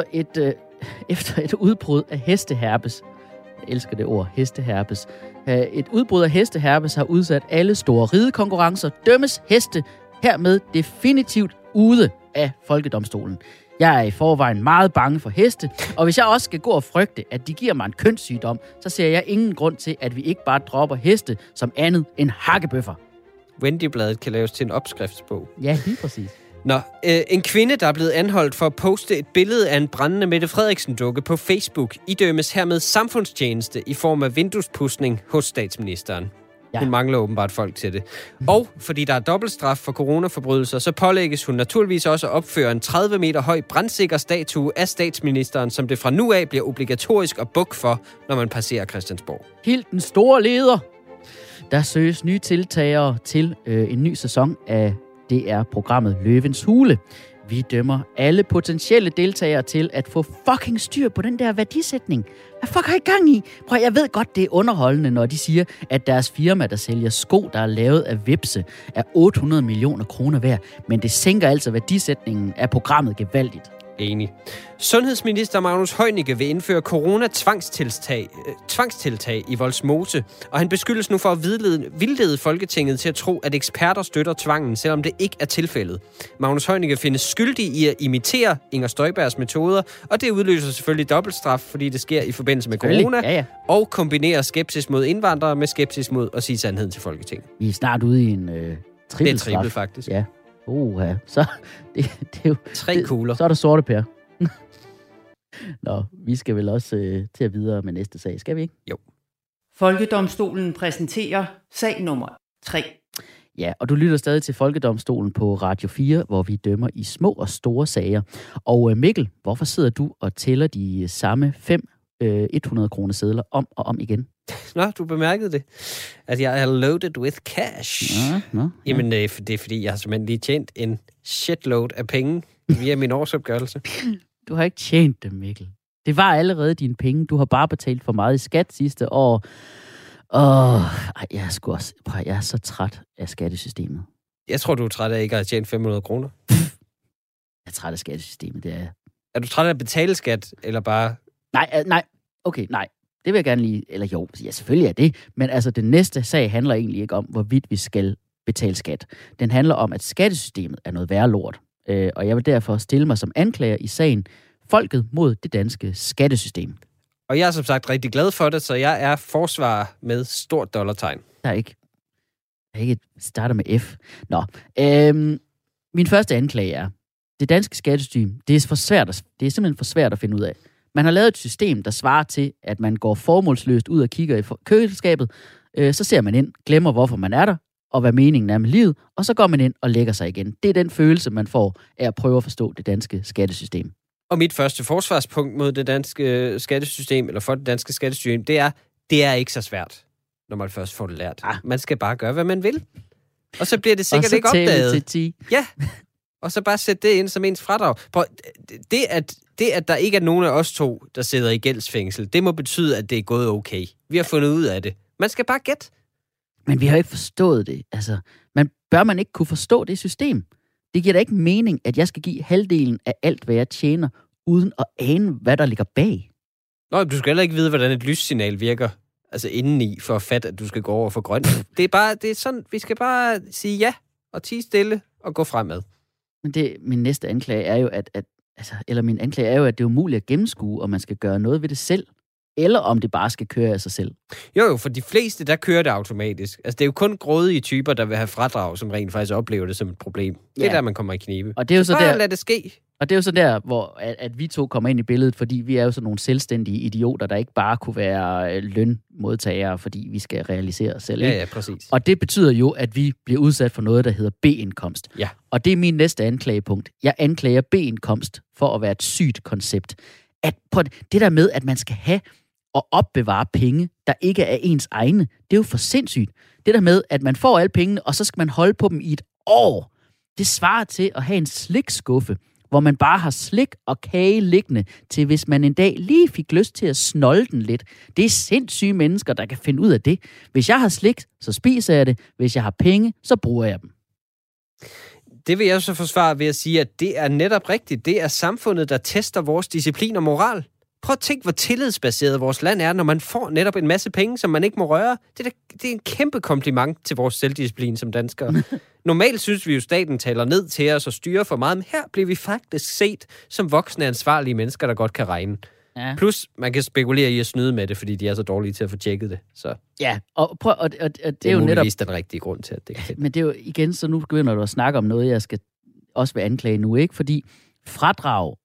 et udbrud af hesteherpes, jeg elsker det ord, hesteherpes. Et udbrud af hesteherpes har udsat alle store ridekonkurrencer, dømmes heste hermed definitivt ude af Folkedomstolen. Jeg er i forvejen meget bange for heste, og hvis jeg også skal gå og frygte, at de giver mig en kønssygdom, så ser jeg ingen grund til, at vi ikke bare dropper heste som andet end hakkebøffer. Wendy-bladet kan laves til en opskriftsbog. Ja, lige præcis. Nå, en kvinde, der er blevet anholdt for at poste et billede af en brændende Mette Frederiksen-dukke på Facebook, idømmes hermed samfundstjeneste i form af vinduespudsning hos statsministeren. Ja. Hun mangler åbenbart folk til det. Og fordi der er dobbeltstraf for coronaforbrydelser, så pålægges hun naturligvis også at opføre en 30 meter høj brandsikker statue af statsministeren, som det fra nu af bliver obligatorisk at bukke for, når man passerer Christiansborg. Helt den store leder. Der søges nye tiltagere til en ny sæson af DR-programmet Løvens Hule. Vi dømmer alle potentielle deltagere til at få fucking styr på den der værdisætning. Hvad fuck har I gang i? Prøv, jeg ved godt, det er underholdende, når de siger, at deres firma, der sælger sko, der er lavet af vipse, er 800 millioner kroner værd. Men det sænker altså værdisætningen af programmet gevaldigt. Enig. Sundhedsminister Magnus Heunicke vil indføre corona-tvangstiltag i Vollsmose, og han beskyldes nu for at vildlede Folketinget til at tro, at eksperter støtter tvangen, selvom det ikke er tilfældet. Magnus Heunicke findes skyldig i at imitere Inger Støjbergs metoder, og det udløser selvfølgelig dobbeltstraf, fordi det sker i forbindelse med corona, og kombinerer skepsis mod indvandrere med skepsis mod at sige sandheden til Folketinget. Vi er snart ude i en trippelstraf. Det er trippel, faktisk. Ja. Så det er jo... 3 kugler. Så er der sorte pære. Nå, vi skal vel også til at videre med næste sag, skal vi ikke? Jo. Folkedomstolen præsenterer sag nummer 3. Ja, og du lytter stadig til Folkedomstolen på Radio 4, hvor vi dømmer i små og store sager. Og Mikkel, hvorfor sidder du og tæller de samme 5 100-kroner sedler om og om igen? Nå, du bemærkede det. At jeg er loaded with cash. Ja. Jamen, det er fordi, jeg har simpelthen lige tjent en shitload af penge via min årsopgørelse. Du har ikke tjent dem, Mikkel. Det var allerede dine penge. Du har bare betalt for meget i skat sidste år. Jeg er så træt af skattesystemet. Jeg tror, du er træt af ikke at have tjent 500 kroner. Jeg er træt af skattesystemet, det er jeg. Er du træt af at betale skat, eller bare... Nej. Okay, nej. Det vil jeg gerne lige... Eller jo, ja, selvfølgelig er det. Men altså, den næste sag handler egentlig ikke om, hvorvidt vi skal betale skat. Den handler om, at skattesystemet er noget værre lort. Og jeg vil derfor stille mig som anklager i sagen Folket mod det danske skattesystem. Og jeg er som sagt rigtig glad for det, så jeg er forsvarer med stort dollartegn. Der er ikke starter med F. Nå. Min første anklage er, det danske skattesystem, det er simpelthen for svært at finde ud af. Man har lavet et system, der svarer til, at man går formålsløst ud og kigger i køleskabet. Så ser man ind, glemmer hvorfor man er der, og hvad meningen er med livet, og så går man ind og lægger sig igen. Det er den følelse, man får af at prøve at forstå det danske skattesystem. Og mit første forsvarspunkt mod det danske skattesystem, eller for det danske skattesystem, det er ikke så svært, når man først får det lært. Man skal bare gøre, hvad man vil. Og så bliver det sikkert ikke opdaget. Til 10. Ja, og så bare sætte det ind som ens fradrag. Det, at der ikke er nogen af os to, der sidder i gældsfængsel, det må betyde, at det er gået okay. Vi har fundet ud af det. Man skal bare gætte. Men vi har ikke forstået det. Altså, bør man ikke kunne forstå det system? Det giver da ikke mening, at jeg skal give halvdelen af alt, hvad jeg tjener, uden at ane, hvad der ligger bag. Nå, du skal heller ikke vide, hvordan et lyssignal virker, altså indeni, for at fatte, at du skal gå over for grønt. Det er sådan, vi skal bare sige ja, og tie stille, og gå fremad. Men min næste anklage er jo, at det er umuligt at gennemskue, om man skal gøre noget ved det selv, eller om det bare skal køre af sig selv. Jo, for de fleste, der kører det automatisk. Altså, det er jo kun grådige typer, der vil have fradrag, som rent faktisk oplever det som et problem. Det er der, man kommer i knibe. Og det er jo så der, lad det ske. Og det er jo så der, hvor at vi to kommer ind i billedet, fordi vi er jo sådan nogle selvstændige idioter, der ikke bare kunne være lønmodtagere, fordi vi skal realisere os selv. Ikke? Ja, præcis. Og det betyder jo, at vi bliver udsat for noget, der hedder B-indkomst. Ja. Og det er min næste anklagepunkt. Jeg anklager B-indkomst for at være et sygt koncept. Det der med, at man skal have og opbevare penge, der ikke er ens egne, det er jo for sindssygt. Det der med, at man får alle pengene, og så skal man holde på dem i et år, det svarer til at have en slikskuffe, hvor man bare har slik og kage liggende, til hvis man en dag lige fik lyst til at snolde den lidt. Det er sindssyge mennesker, der kan finde ud af det. Hvis jeg har slik, så spiser jeg det. Hvis jeg har penge, så bruger jeg dem. Det vil jeg så forsvare ved at sige, at det er netop rigtigt. Det er samfundet, der tester vores disciplin og moral. Prøv at tænke, hvor tillidsbaseret vores land er, når man får netop en masse penge, som man ikke må røre. Det er en kæmpe kompliment til vores selvdisciplin som danskere. Normalt synes vi jo, staten taler ned til os og styrer for meget, men her bliver vi faktisk set som voksne ansvarlige mennesker, der godt kan regne. Ja. Plus, man kan spekulere i at snyde med det, fordi de er så dårlige til at få tjekket det. Så. Ja, og det er jo netop den rigtige grund til, at det kan. Men det er jo igen, så nu begynder du at snakke om noget, jeg skal også vil anklage nu, ikke? Fordi fradrag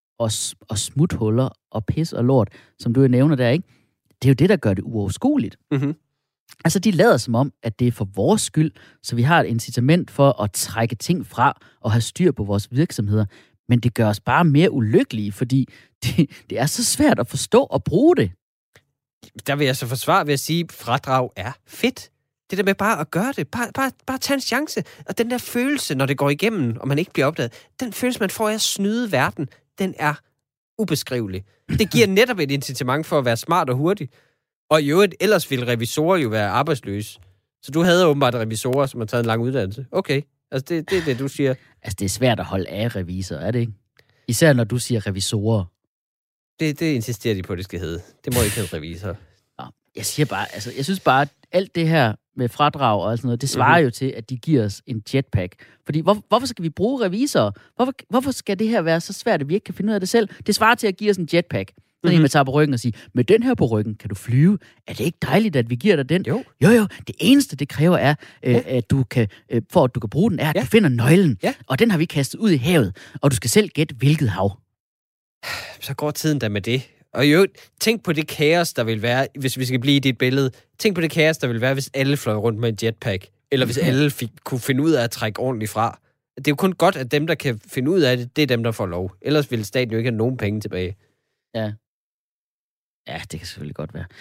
og smuthuller og pis og lort, som du jo nævner der, ikke? Det er jo det, der gør det uoverskueligt. Mm-hmm. Altså, de lader som om, at det er for vores skyld, så vi har et incitament for at trække ting fra og have styr på vores virksomheder. Men det gør os bare mere ulykkelige, fordi det er så svært at forstå og bruge det. Der vil jeg så forsvare ved at sige, at fradrag er fedt. Det der med bare at gøre det. Bare tage en chance. Og den der følelse, når det går igennem, og man ikke bliver opdaget, den følelse, man får af at snyde verden, den er ubeskrivelig. Det giver netop et incitament for at være smart og hurtig. Og i øvrigt, ellers ville revisorer jo være arbejdsløse. Så du havde åbenbart revisorer, som har taget en lang uddannelse. Okay, altså det er det, du siger. Altså, det er svært at holde af revisor, er det ikke? Især når du siger revisorer. Det insisterer de på, det skal hedde. Det må ikke hedde revisor. Jeg siger bare, altså, jeg synes bare, at alt det her med fradrag og sådan noget, det svarer jo til, at de giver os en jetpack. Fordi hvorfor skal vi bruge revisorer? Hvorfor skal det her være så svært, at vi ikke kan finde ud af det selv? Det svarer til at give os en jetpack. Sådan en, man tager på ryggen og siger, med den her på ryggen kan du flyve. Er det ikke dejligt, at vi giver dig den? Jo. Det eneste, det kræver er, at du kan, for at du kan bruge den, er, at du finder nøglen. Ja. Og den har vi kastet ud i havet. Og du skal selv gætte, hvilket hav. Så går tiden da med det. Og jo, tænk på det kaos, der vil være, hvis vi skal blive i dit billede. Tænk på det kaos, der vil være, hvis alle fløj rundt med en jetpack. Eller hvis alle kunne finde ud af at trække ordentligt fra. Det er jo kun godt, at dem, der kan finde ud af det, det er dem, der får lov. Ellers ville staten jo ikke have nogen penge tilbage. Ja. Ja, det kan selvfølgelig godt være.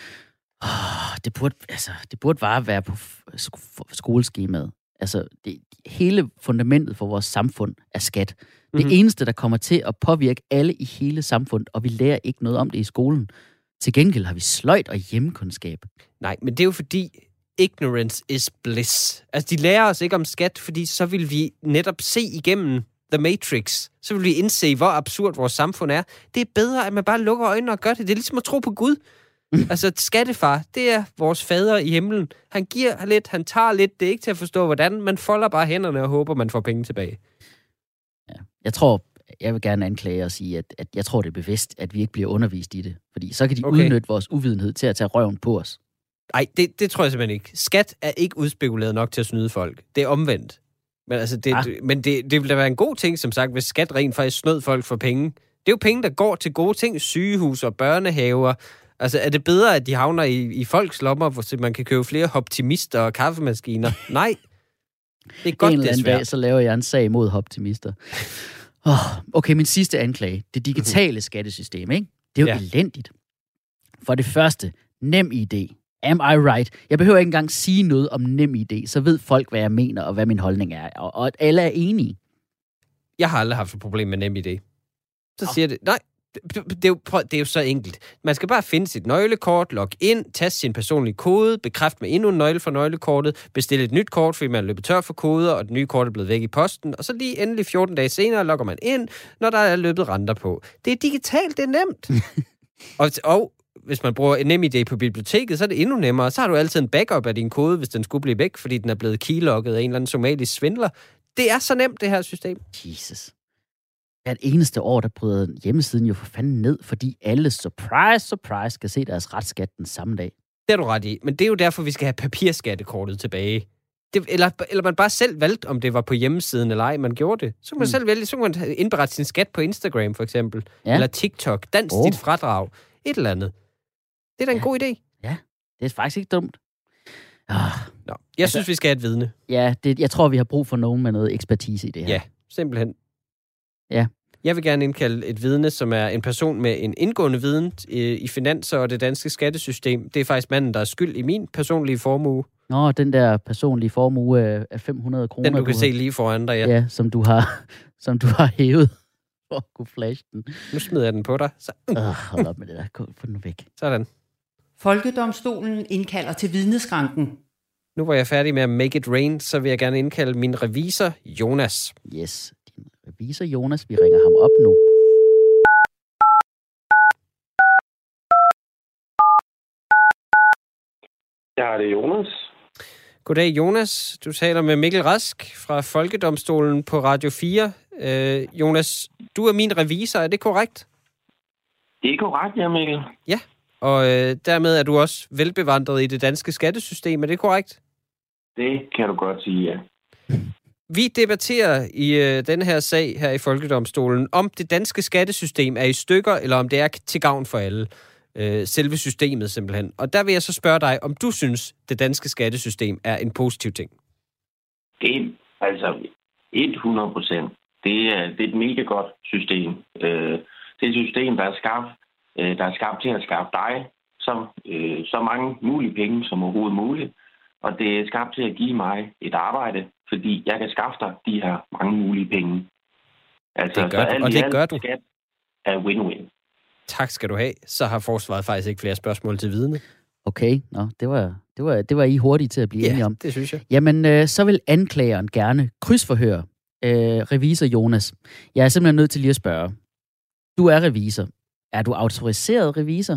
Det burde bare være på skoleskemaet. Altså, hele fundamentet for vores samfund er skat. Det eneste, der kommer til at påvirke alle i hele samfundet, og vi lærer ikke noget om det i skolen. Til gengæld har vi sløjd og hjemmekundskab. Nej, men det er jo fordi, ignorance is bliss. Altså, de lærer os ikke om skat, fordi så vil vi netop se igennem The Matrix. Så vil vi indse, hvor absurd vores samfund er. Det er bedre, at man bare lukker øjnene og gør det. Det er ligesom at tro på Gud. Altså, skattefar, det er vores fader i himlen. Han giver lidt, han tager lidt. Det er ikke til at forstå, hvordan. Man folder bare hænderne og håber, man får penge tilbage. Ja, jeg vil gerne anklage og sige, at jeg tror, det er bevidst, at vi ikke bliver undervist i det. Fordi så kan de udnytte vores uvidenhed til at tage røven på os. Nej, det tror jeg simpelthen ikke. Skat er ikke udspekuleret nok til at snyde folk. Det er omvendt. Men altså, det vil da være en god ting, som sagt, hvis skat rent faktisk snød folk for penge. Det er jo penge, der går til gode ting, sygehus og børnehaver. Altså, er det bedre, at de havner i folks lommer, hvor man kan købe flere optimister og kaffemaskiner? Nej. Det er godt, det er svært. Dag, så laver jeg en sag mod optimister. Okay, min sidste anklage. Det digitale skattesystem, ikke? Det er jo elendigt. For det første, NemID. Am I right? Jeg behøver ikke engang sige noget om NemID, så ved folk, hvad jeg mener, og hvad min holdning er. Og at alle er enige. Jeg har aldrig haft et problem med NemID. Så siger det, nej, det er jo så enkelt. Man skal bare finde sit nøglekort, logge ind, taste sin personlige kode, bekræfte med endnu en nøgle for nøglekortet, bestille et nyt kort, fordi man løber tør for koder, og det nye kort er blevet væk i posten, og så lige endelig 14 dage senere logger man ind, når der er løbet renter på. Det er digitalt, det er nemt. og hvis man bruger en NemID på biblioteket, så er det endnu nemmere. Så har du altid en backup af din kode, hvis den skulle blive væk, fordi den er blevet keylogget af en eller anden somalisk svindler. Det er så nemt, det her system. Jesus. Hvert eneste år, der bryder hjemmesiden jo for fanden ned, fordi alle, surprise, skal se deres retsskat den samme dag. Det er du ret i, men det er jo derfor, vi skal have papirskattekortet tilbage. Eller man bare selv valgte, om det var på hjemmesiden eller ej, man gjorde det. Så kan man selv vælge, så kan man indberette sin skat på Instagram, for eksempel. Ja. Eller TikTok, dans dit fradrag, et eller andet. Det er da en god idé. Ja, det er faktisk ikke dumt. Jeg synes, vi skal have et vidne. Ja, jeg tror, vi har brug for nogen med noget ekspertise i det her. Ja, simpelthen. Ja. Jeg vil gerne indkalde et vidne, som er en person med en indgående viden i finanser og det danske skattesystem. Det er faktisk manden, der er skyld i min personlige formue. Nå, den der personlige formue af 500 kroner. Den du kan se lige foran dig, ja. Ja, som du har hævet for at kunne flashe den. Nu smider jeg den på dig. Så. Hold op med det der. Få den væk. Sådan. Folkedomstolen indkalder til vidneskranken. Nu hvor jeg er færdig med at make it rain, så vil jeg gerne indkalde min revisor, Jonas. Yes, din revisor Jonas. Vi ringer ham op nu. Ja, det er Jonas. Goddag, Jonas. Du taler med Mikkel Rask fra Folkedomstolen på Radio 4. Jonas, du er min revisor, er det korrekt? Det er korrekt, ja, Mikkel. Ja, og dermed er du også velbevandret i det danske skattesystem, er det korrekt? Det kan du godt sige, ja. Vi debatterer i denne her sag her i Folkedomstolen, om det danske skattesystem er i stykker, eller om det er til gavn for alle. Selve systemet simpelthen. Og der vil jeg så spørge dig, om du synes, det danske skattesystem er en positiv ting? Det er altså 100%. Det er et mega godt system. Det er et system, der er skabt til at skaffe dig så mange mulige penge som overhovedet muligt. Og det er skabt til at give mig et arbejde, fordi jeg kan skaffe dig de her mange mulige penge. Altså, det gør du, og det gør du. Skat er win-win. Tak skal du have. Så har forsvaret faktisk ikke flere spørgsmål til vidne. Okay, det var I hurtigt til at blive enige om. Ja, det synes jeg. Jamen, så vil anklageren gerne krydsforhøre revisor Jonas. Jeg er simpelthen nødt til lige at spørge. Du er revisor. Er du autoriseret revisor?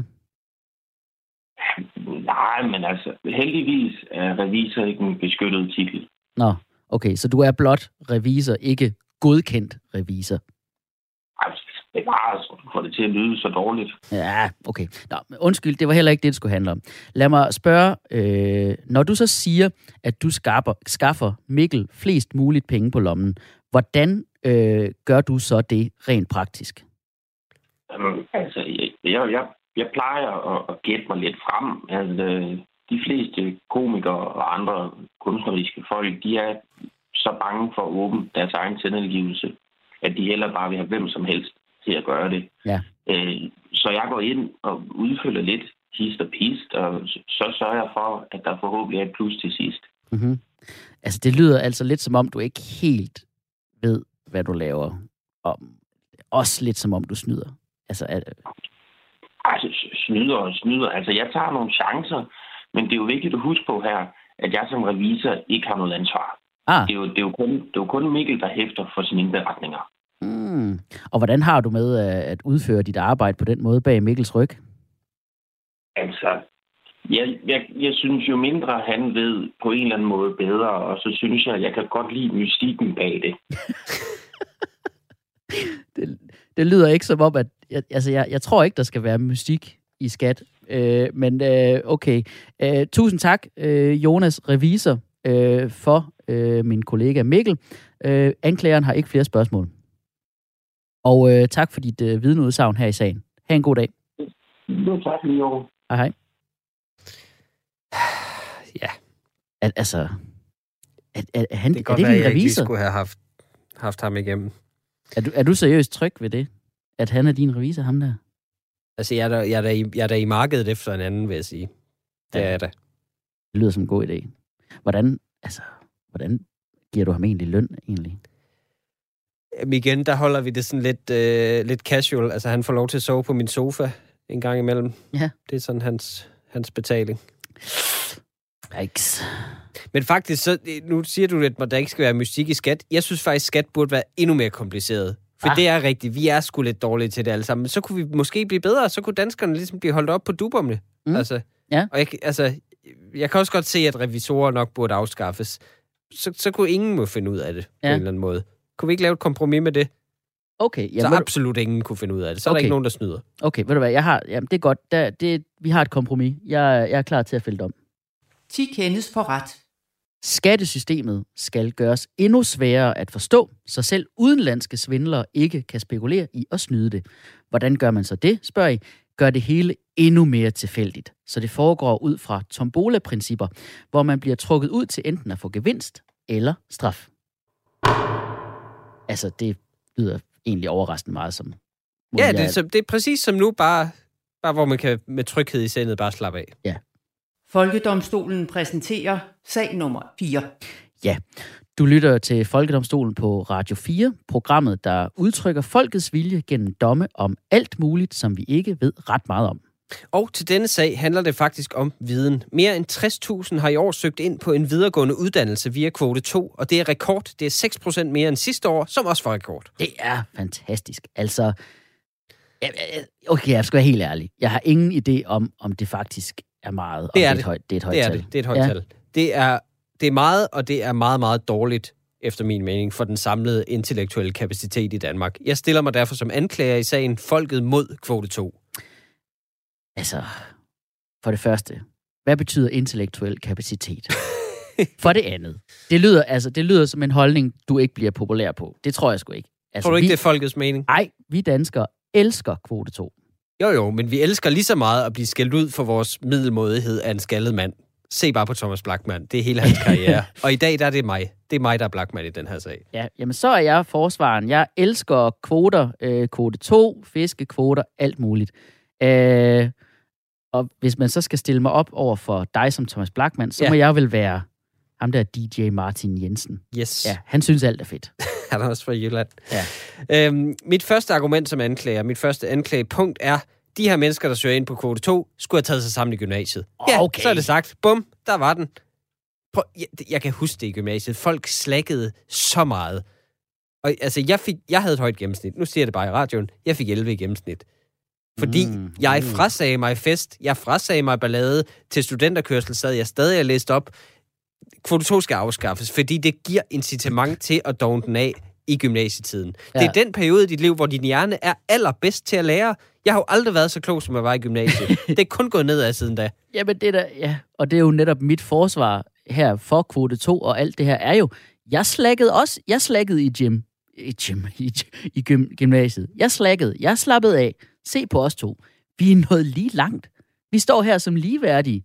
Nej, men altså, heldigvis er revisor ikke en beskyttet titel. Nå, okay, så du er blot revisor, ikke godkendt revisor. Altså, det var altså, du får det til at lyde så dårligt. Ja, okay. Nå, undskyld, det var heller ikke det skulle handle om. Lad mig spørge, når du så siger, at du skaffer Mikkel flest muligt penge på lommen, hvordan gør du så det rent praktisk? Altså, jeg plejer at gætte mig lidt frem. Altså, de fleste komikere og andre kunstneriske folk, de er så bange for at åbne deres egen selvangivelse, at de heller bare vil have hvem som helst til at gøre det. Ja. Så jeg går ind og udfylder lidt hist og pist, og så sørger jeg for, at der forhåbentlig er et plus til sidst. Mm-hmm. Altså, det lyder altså lidt som om, du ikke helt ved, hvad du laver. Og også lidt som om, du snyder. Altså, snyder. Altså, jeg tager nogle chancer, men det er jo vigtigt at huske på her, at jeg som revisor ikke har noget ansvar. Det er jo kun Mikkel, der hæfter for sine indberetninger. Og hvordan har du med at udføre dit arbejde på den måde bag Mikkels ryg? Altså, jeg synes jo mindre han ved på en eller anden måde bedre, og så synes jeg kan godt lide mystikken bag det. Det lyder ikke som om, at jeg tror ikke, der skal være mystik i skat. Men okay. Tusind tak, Jonas, revisor, for min kollega Mikkel. Anklageren har ikke flere spørgsmål. Og tak for dit vidneudsagn her i sagen. Ha' en god dag. Jo, tak lige over. Hej hej. Ja. Er han, det kan godt er det være, din jeg ikke revisor? skulle have haft ham igennem. Er du seriøst tryg ved det? At han er din revisor, ham der? Altså, jeg er der i markedet efter en anden, vil jeg sige. Det er der. Det lyder som en god idé. Hvordan giver du ham egentlig løn, egentlig? Jamen igen, der holder vi det sådan lidt casual. Altså, han får lov til at sove på min sofa en gang imellem. Ja. Det er sådan hans betaling. Yikes. Men faktisk, så, nu siger du, at der ikke skal være mystik i skat. Jeg synes faktisk, skat burde være endnu mere kompliceret. For det er rigtigt. Vi er sgu lidt dårlige til det alle sammen. Men så kunne vi måske blive bedre. Så kunne danskerne ligesom blive holdt op på dubommene. Altså, ja. Og jeg kan også godt se, at revisorer nok burde afskaffes. Så kunne ingen må finde ud af det på en eller anden måde. Kunne vi ikke lave et kompromis med det? Okay. Jamen, så absolut ingen kunne finde ud af det. Så er der ikke nogen, der snyder. Okay, ved du hvad? Det er godt. Vi har et kompromis. Jeg er klar til at fælde om. 10 kendes for ret. Skattesystemet skal gøres endnu sværere at forstå, så selv udenlandske svindlere ikke kan spekulere i at snyde det. Hvordan gør man så det, spørger I? Gør det hele endnu mere tilfældigt, så det foregår ud fra tombola-principper, hvor man bliver trukket ud til enten at få gevinst eller straf. Altså, det lyder egentlig overraskende meget som... Ja, det er præcis som nu, bare hvor man kan med tryghed i sindet bare slappe af. Ja. Folkedomstolen præsenterer sag nummer 4. Ja, du lytter til Folkedomstolen på Radio 4, programmet, der udtrykker folkets vilje gennem domme om alt muligt, som vi ikke ved ret meget om. Og til denne sag handler det faktisk om viden. Mere end 60.000 har i år søgt ind på en videregående uddannelse via kvote 2, og det er rekord. Det er 6% mere end sidste år, som også var rekord. Det er fantastisk. Altså, okay, jeg skal være helt ærlig. Jeg har ingen idé om det faktisk er meget. Det er det. Det er et højt tal. Det er et højt tal. Det er meget, og det er meget, meget dårligt, efter min mening, for den samlede intellektuelle kapacitet i Danmark. Jeg stiller mig derfor som anklager i sagen Folket mod kvote 2. Altså, for det første, hvad betyder intellektuel kapacitet? For det andet, det lyder som en holdning, du ikke bliver populær på. Det tror jeg sgu ikke. Altså, tror du ikke, det er folkets mening? Nej, vi danskere elsker kvote 2. Jo, men vi elsker lige så meget at blive skældt ud for vores middelmådighed af en skaldet mand. Se bare på Thomas Blachmann. Det er hele hans karriere. Og i dag, der er det mig. Det er mig, der er Blachmann i den her sag. Ja, jamen så er jeg forsvaren. Jeg elsker kvoter, kvote 2, fiskekvoter, alt muligt. Og hvis man så skal stille mig op over for dig som Thomas Blachmann, så må jeg vel være ham der DJ Martin Jensen. Yes. Ja, han synes alt er fedt. Han er også fra Jylland. Ja. Mit første argument som anklager, mit første anklagepunkt er, de her mennesker, der søger ind på kvote 2, skulle have taget sig sammen i gymnasiet. Okay. Ja, så er det sagt. Bum, der var den. Jeg kan huske det i gymnasiet. Folk slakkede så meget. Og altså, jeg havde et højt gennemsnit. Nu siger jeg det bare i radioen. Jeg fik 11 i gennemsnit. Fordi jeg frasagde mig fest, jeg frasagde mig ballade, til studenterkørsel sad jeg stadig og læste op. Kvote 2 skal afskaffes, fordi det giver incitament til at dogne den af i gymnasietiden. Ja. Det er den periode i dit liv, hvor din hjerne er allerbedst til at lære. Jeg har jo aldrig været så klog, som jeg var i gymnasiet. Det er kun gået nedad siden da. Jamen det der, ja. Og det er jo netop mit forsvar her for kvote 2 og alt det her er jo, jeg slakkede i gymnasiet. Jeg slappede af. Se på os to. Vi er nået lige langt. Vi står her som ligeværdige.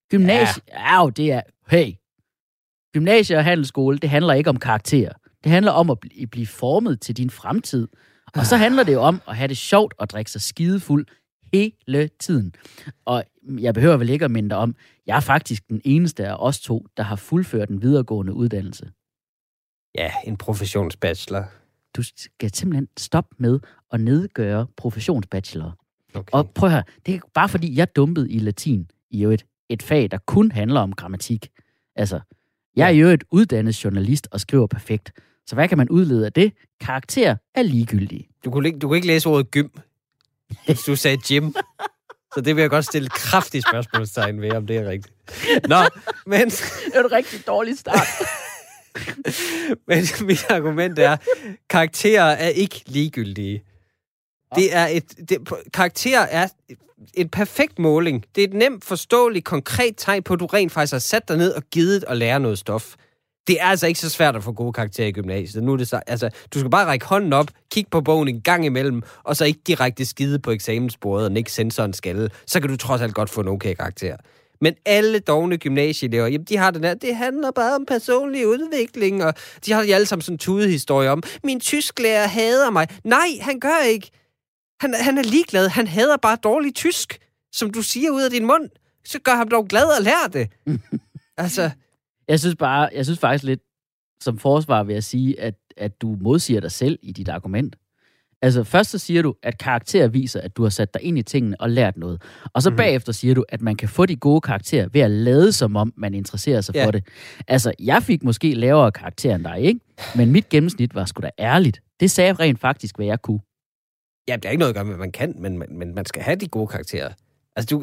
Gymnasie og handelsskole, det handler ikke om karakterer. Det handler om at blive formet til din fremtid. Og så handler det jo om at have det sjovt og drikke sig skidefuld hele tiden. Og jeg behøver vel ikke at minde dig om, jeg er faktisk den eneste af os to, der har fuldført en videregående uddannelse. Ja, en professionsbachelor. Du skal simpelthen stoppe med at nedgøre professionsbachelor. Okay. Og prøv at høre, det er bare fordi, jeg dumpede i latin i et fag, der kun handler om grammatik. Altså, jeg er jo et uddannet journalist og skriver perfekt. Så hvad kan man udlede af det? Karakter er ligegyldige. Du kunne ikke læse ordet gym, hvis du sagde gym. Så det vil jeg godt stille kraftigt spørgsmålstegn ved, om det er rigtigt. Nå, men... Det er en rigtig dårlig start. Men mit argument er, karakterer er ikke ligegyldige. Karakterer er en perfekt måling. Det er et nemt, forståeligt, konkret tegn på, at du rent faktisk har sat dig ned og givet at lære noget stof. Det er altså ikke så svært at få gode karakterer i gymnasiet. Nu er det så, altså, du skal bare række hånden op, kigge på bogen en gang imellem, og så ikke direkte skide på eksamensbordet og ikke sensoren skalle. Så kan du trods alt godt få en okay karakter. Men alle dovne gymnasieelever, jamen, de har den her, det handler bare om personlig udvikling, og de har alle sammen sådan en tudehistorie om, min tysklærer hader mig. Nej, han gør ikke. Han er ligeglad. Han hader bare dårlig tysk, som du siger ud af din mund. Så gør ham dog glad at lære det. Altså... Jeg synes faktisk lidt, som forsvar vil jeg sige, at du modsiger dig selv i dit argument. Altså først så siger du, at karakter viser, at du har sat dig ind i tingene og lært noget. Og så bagefter siger du, at man kan få de gode karakterer ved at lade som om, man interesserer sig for det. Altså, jeg fik måske lavere karakter end dig, ikke? Men mit gennemsnit var sgu da ærligt. Det sagde rent faktisk, hvad jeg kunne. Ja, det er ikke noget at gøre med, hvad man kan, men man skal have de gode karakterer. Altså,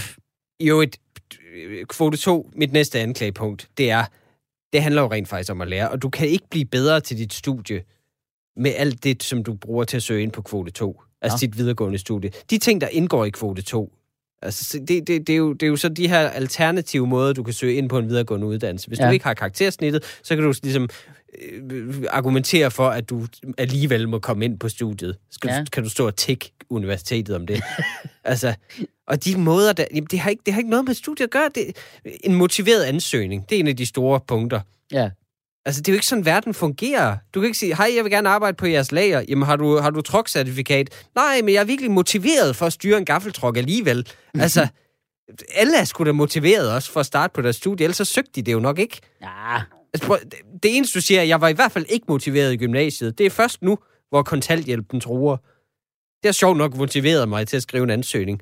kvote 2, mit næste anklagepunkt, det handler jo rent faktisk om at lære, og du kan ikke blive bedre til dit studie med alt det, som du bruger til at søge ind på kvote 2. Altså dit videregående studie. De ting, der indgår i kvote 2, altså det er jo så de her alternative måder, du kan søge ind på en videregående uddannelse. Hvis du ikke har karaktersnittet, så kan du ligesom argumentere for, at du alligevel må komme ind på studiet. Kan du stå og tække universitetet om det? Altså, og de måder, det har ikke noget med studiet at gøre. Det er en motiveret ansøgning. Det er en af de store punkter. Ja. Altså, det er jo ikke sådan, verden fungerer. Du kan ikke sige, hej, jeg vil gerne arbejde på jeres lager. Jamen, har du truckcertifikat? Nej, men jeg er virkelig motiveret for at styre en gaffeltruck alligevel. Altså, alle er sgu da motiveret også for at starte på deres studie, ellers så søgte de det jo nok ikke. Ja. Altså, det eneste, du siger, jeg var i hvert fald ikke motiveret i gymnasiet. Det er først nu, hvor kontanthjælpen truer. Det har sjovt nok motiveret mig til at skrive en ansøgning.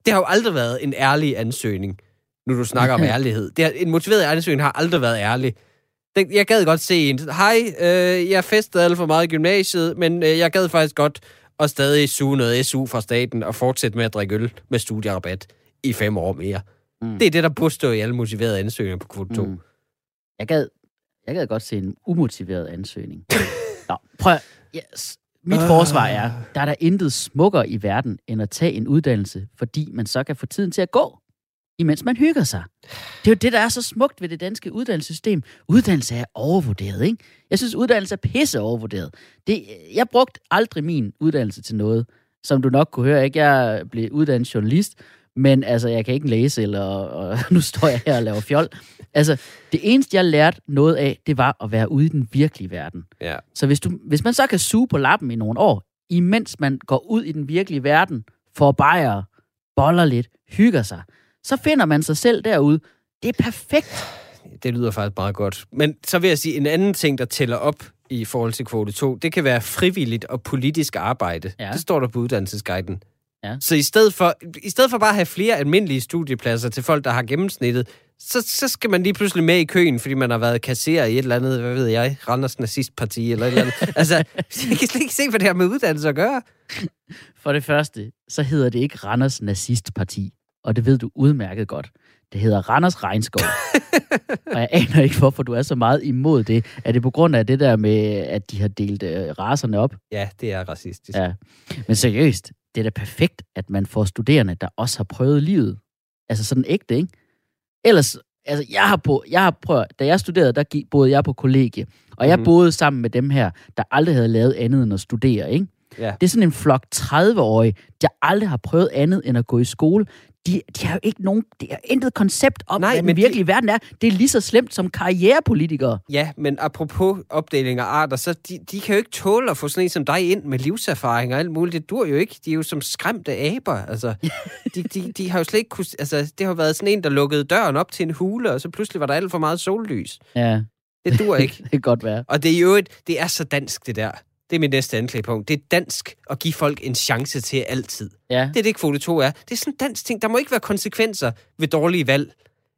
Det har jo aldrig været en ærlig ansøgning, nu du snakker om ærlighed. En motiveret ansøgning har aldrig været ærlig. Jeg gad godt se en. Hej, jeg festede alt for meget i gymnasiet, men jeg gad faktisk godt at stadig suge noget SU fra staten og fortsætte med at drikke øl med studierabat i 5 år mere. Det er det, der burde stå i alle motiverede ansøgninger på kvote 2. Jeg gad godt se en umotiveret ansøgning. Nå, prøv. Yes. Mit forsvar er, der er der intet smukkere i verden, end at tage en uddannelse, fordi man så kan få tiden til at gå, imens man hygger sig. Det er jo det, der er så smukt ved det danske uddannelsessystem. Uddannelse er overvurderet, ikke? Jeg synes, uddannelse er pisse overvurderet. Jeg brugte aldrig min uddannelse til noget, som du nok kunne høre, ikke? Jeg blev uddannet journalist, men altså, jeg kan ikke læse, og nu står jeg her og laver fjol. Altså, det eneste, jeg lærte noget af, det var at være ude i den virkelige verden. Ja. Så hvis man så kan suge på lappen i nogle år, imens man går ud i den virkelige verden, får bajere, boller lidt, hygger sig, så finder man sig selv derude. Det er perfekt. Det lyder faktisk meget godt. Men så vil jeg sige, en anden ting, der tæller op i forhold til kvote 2, det kan være frivilligt og politisk arbejde. Ja. Det står der på uddannelsesguiden. Ja. Så i stedet for bare at have flere almindelige studiepladser til folk, der har gennemsnittet, så skal man lige pludselig med i køen, fordi man har været kasserer i et eller andet, hvad ved jeg, Randers Nazistparti eller et eller andet. Altså, jeg kan slet ikke se, hvad det har med uddannelse at gøre. For det første, så hedder det ikke Randers Nazistparti, og det ved du udmærket godt. Det hedder Randers Regnskov. Og jeg aner ikke, hvorfor du er så meget imod det. Er det på grund af det der med, at de har delt racerne op? Ja, det er racistisk. Ja. Men seriøst, det er da perfekt, at man får studerende, der også har prøvet livet. Altså sådan ægte, ikke? Ellers, altså jeg har prøvet, da jeg studerede, der boede jeg på kollegie, og jeg boede sammen med dem her, der aldrig havde lavet andet end at studere, ikke? Ja. Det er sådan en flok 30-årige, der aldrig har prøvet andet end at gå i skole. De har jo ikke nogen, det er intet koncept om, hvad den virkelige verden er. Det er lige så slemt som karrierepolitikere. Ja, men apropos opdeling af arter, så de kan jo ikke tåle at få sådan en som dig ind med livserfaring og alt muligt. Det dur jo ikke. De er jo som skræmte aber. Altså, de har jo slet ikke kunne... Altså, det har været sådan en, der lukkede døren op til en hule, og så pludselig var der alt for meget sollys. Ja. Det dur ikke. Det kan godt være. Og det er jo det er så dansk, det der. Det er mit næste anklagepunkt. Det er dansk at give folk en chance til altid. Ja. Det er det, kvote 2 er. Det er sådan en dansk ting. Der må ikke være konsekvenser ved dårlige valg.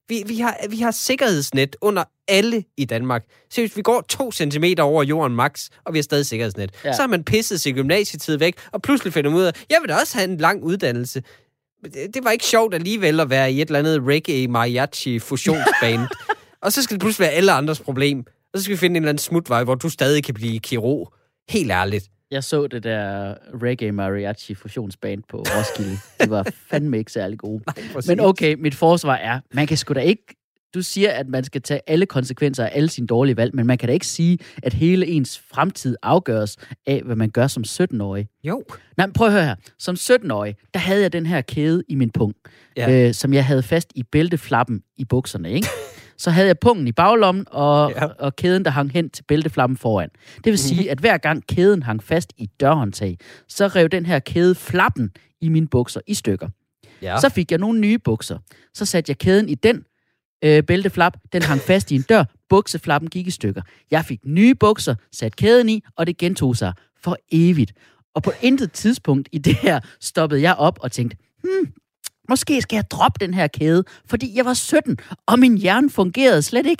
Vi har sikkerhedsnet under alle i Danmark. Seriøst, vi går 2 centimeter over jorden max, og vi har stadig sikkerhedsnet. Ja. Så har man pisset sin gymnasietid væk, og pludselig finder man ud af, jeg vil da også have en lang uddannelse. Det var ikke sjovt alligevel at være i et eller andet reggae mariachi fusionsband. Og så skal det pludselig være alle andres problem. Og så skal vi finde en eller anden smutvej, hvor du stadig kan blive kirurg. Helt ærligt. Jeg så det der reggae mariachi fusionsband på Roskilde. De var fandme ikke særlig gode. Nej, men okay, mit forsvar er, man kan sgu da ikke... Du siger, at man skal tage alle konsekvenser af alle sine dårlige valg, men man kan da ikke sige, at hele ens fremtid afgøres af, hvad man gør som 17-årig. Jo. Nej, prøv at høre her. Som 17-årig, der havde jeg den her kæde i min pung, som jeg havde fast i bælteflappen i bukserne, ikke? Så havde jeg pungen i baglommen, og kæden, der hang hen til bælteflappen foran. Det vil sige, at hver gang kæden hang fast i dørhåndtag, så rev den her kæde flappen i mine bukser i stykker. Ja. Så fik jeg nogle nye bukser. Så satte jeg kæden i den bælteflap, den hang fast i en dør, bukseflappen gik i stykker. Jeg fik nye bukser, satte kæden i, og det gentog sig for evigt. Og på intet tidspunkt i det her stoppede jeg op og tænkte, måske skal jeg droppe den her kæde, fordi jeg var 17, og min hjerne fungerede slet ikke.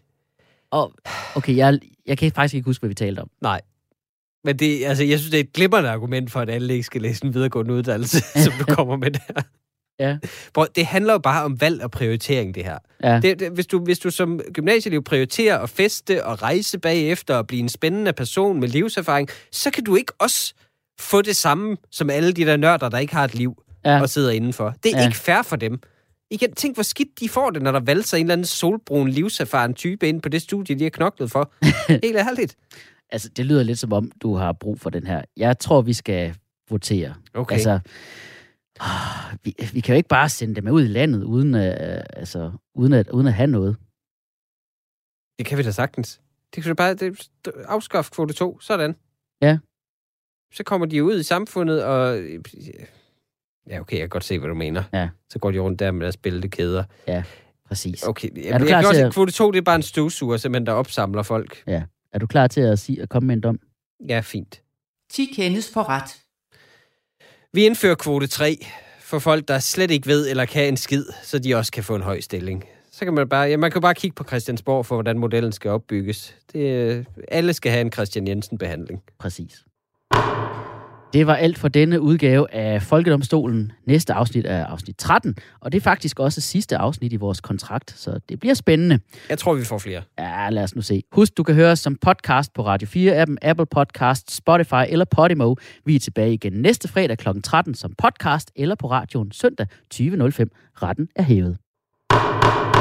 Og okay, jeg kan faktisk ikke huske, hvad vi talte om. Nej. Men jeg synes, det er et glimrende argument for, at alle ikke skal læse en videregående uddannelse, som du kommer med der. Ja. Det handler jo bare om valg og prioritering, det her. Ja. Hvis du som gymnasieelev prioriterer at feste og rejse bagefter og blive en spændende person med livserfaring, så kan du ikke også få det samme som alle de der nørder, der ikke har et liv og sidder indenfor. Det er ikke fair for dem. Igen, tænk, hvor skidt de får det, når der valser en eller anden solbrun livserfaren type ind på det studie, de har knoklet for. Helt ærligt. Altså, det lyder lidt som om, du har brug for den her. Jeg tror, vi skal votere. Okay. Altså, vi kan jo ikke bare sende dem ud i landet, uden at have noget. Det kan vi da sagtens. Det kan du bare afskaffe kvote 2. Sådan. Ja. Så kommer de ud i samfundet, og... Ja, okay, jeg kan godt se, hvad du mener. Ja. Så går de rundt der med deres bæltekæder. Ja, præcis. Okay, jeg kan også kvote 2, det er bare en støvsuger, simpelthen, der opsamler folk. Ja. Er du klar til at komme med en dom? Ja, fint. 10 kendes for ret. Vi indfører kvote 3, for folk, der slet ikke ved eller kan en skid, så de også kan få en høj stilling. Så kan man kan bare kigge på Christiansborg for, hvordan modellen skal opbygges. Alle skal have en Christian Jensen-behandling. Præcis. Det var alt for denne udgave af Folkedomstolen. Næste afsnit er afsnit 13, og det er faktisk også sidste afsnit i vores kontrakt, så det bliver spændende. Jeg tror, vi får flere. Ja, lad os nu se. Husk, du kan høre os som podcast på Radio 4-appen, Apple Podcast, Spotify eller Podimo. Vi er tilbage igen næste fredag kl. 13 som podcast eller på radioen søndag 20.05. Retten er hævet.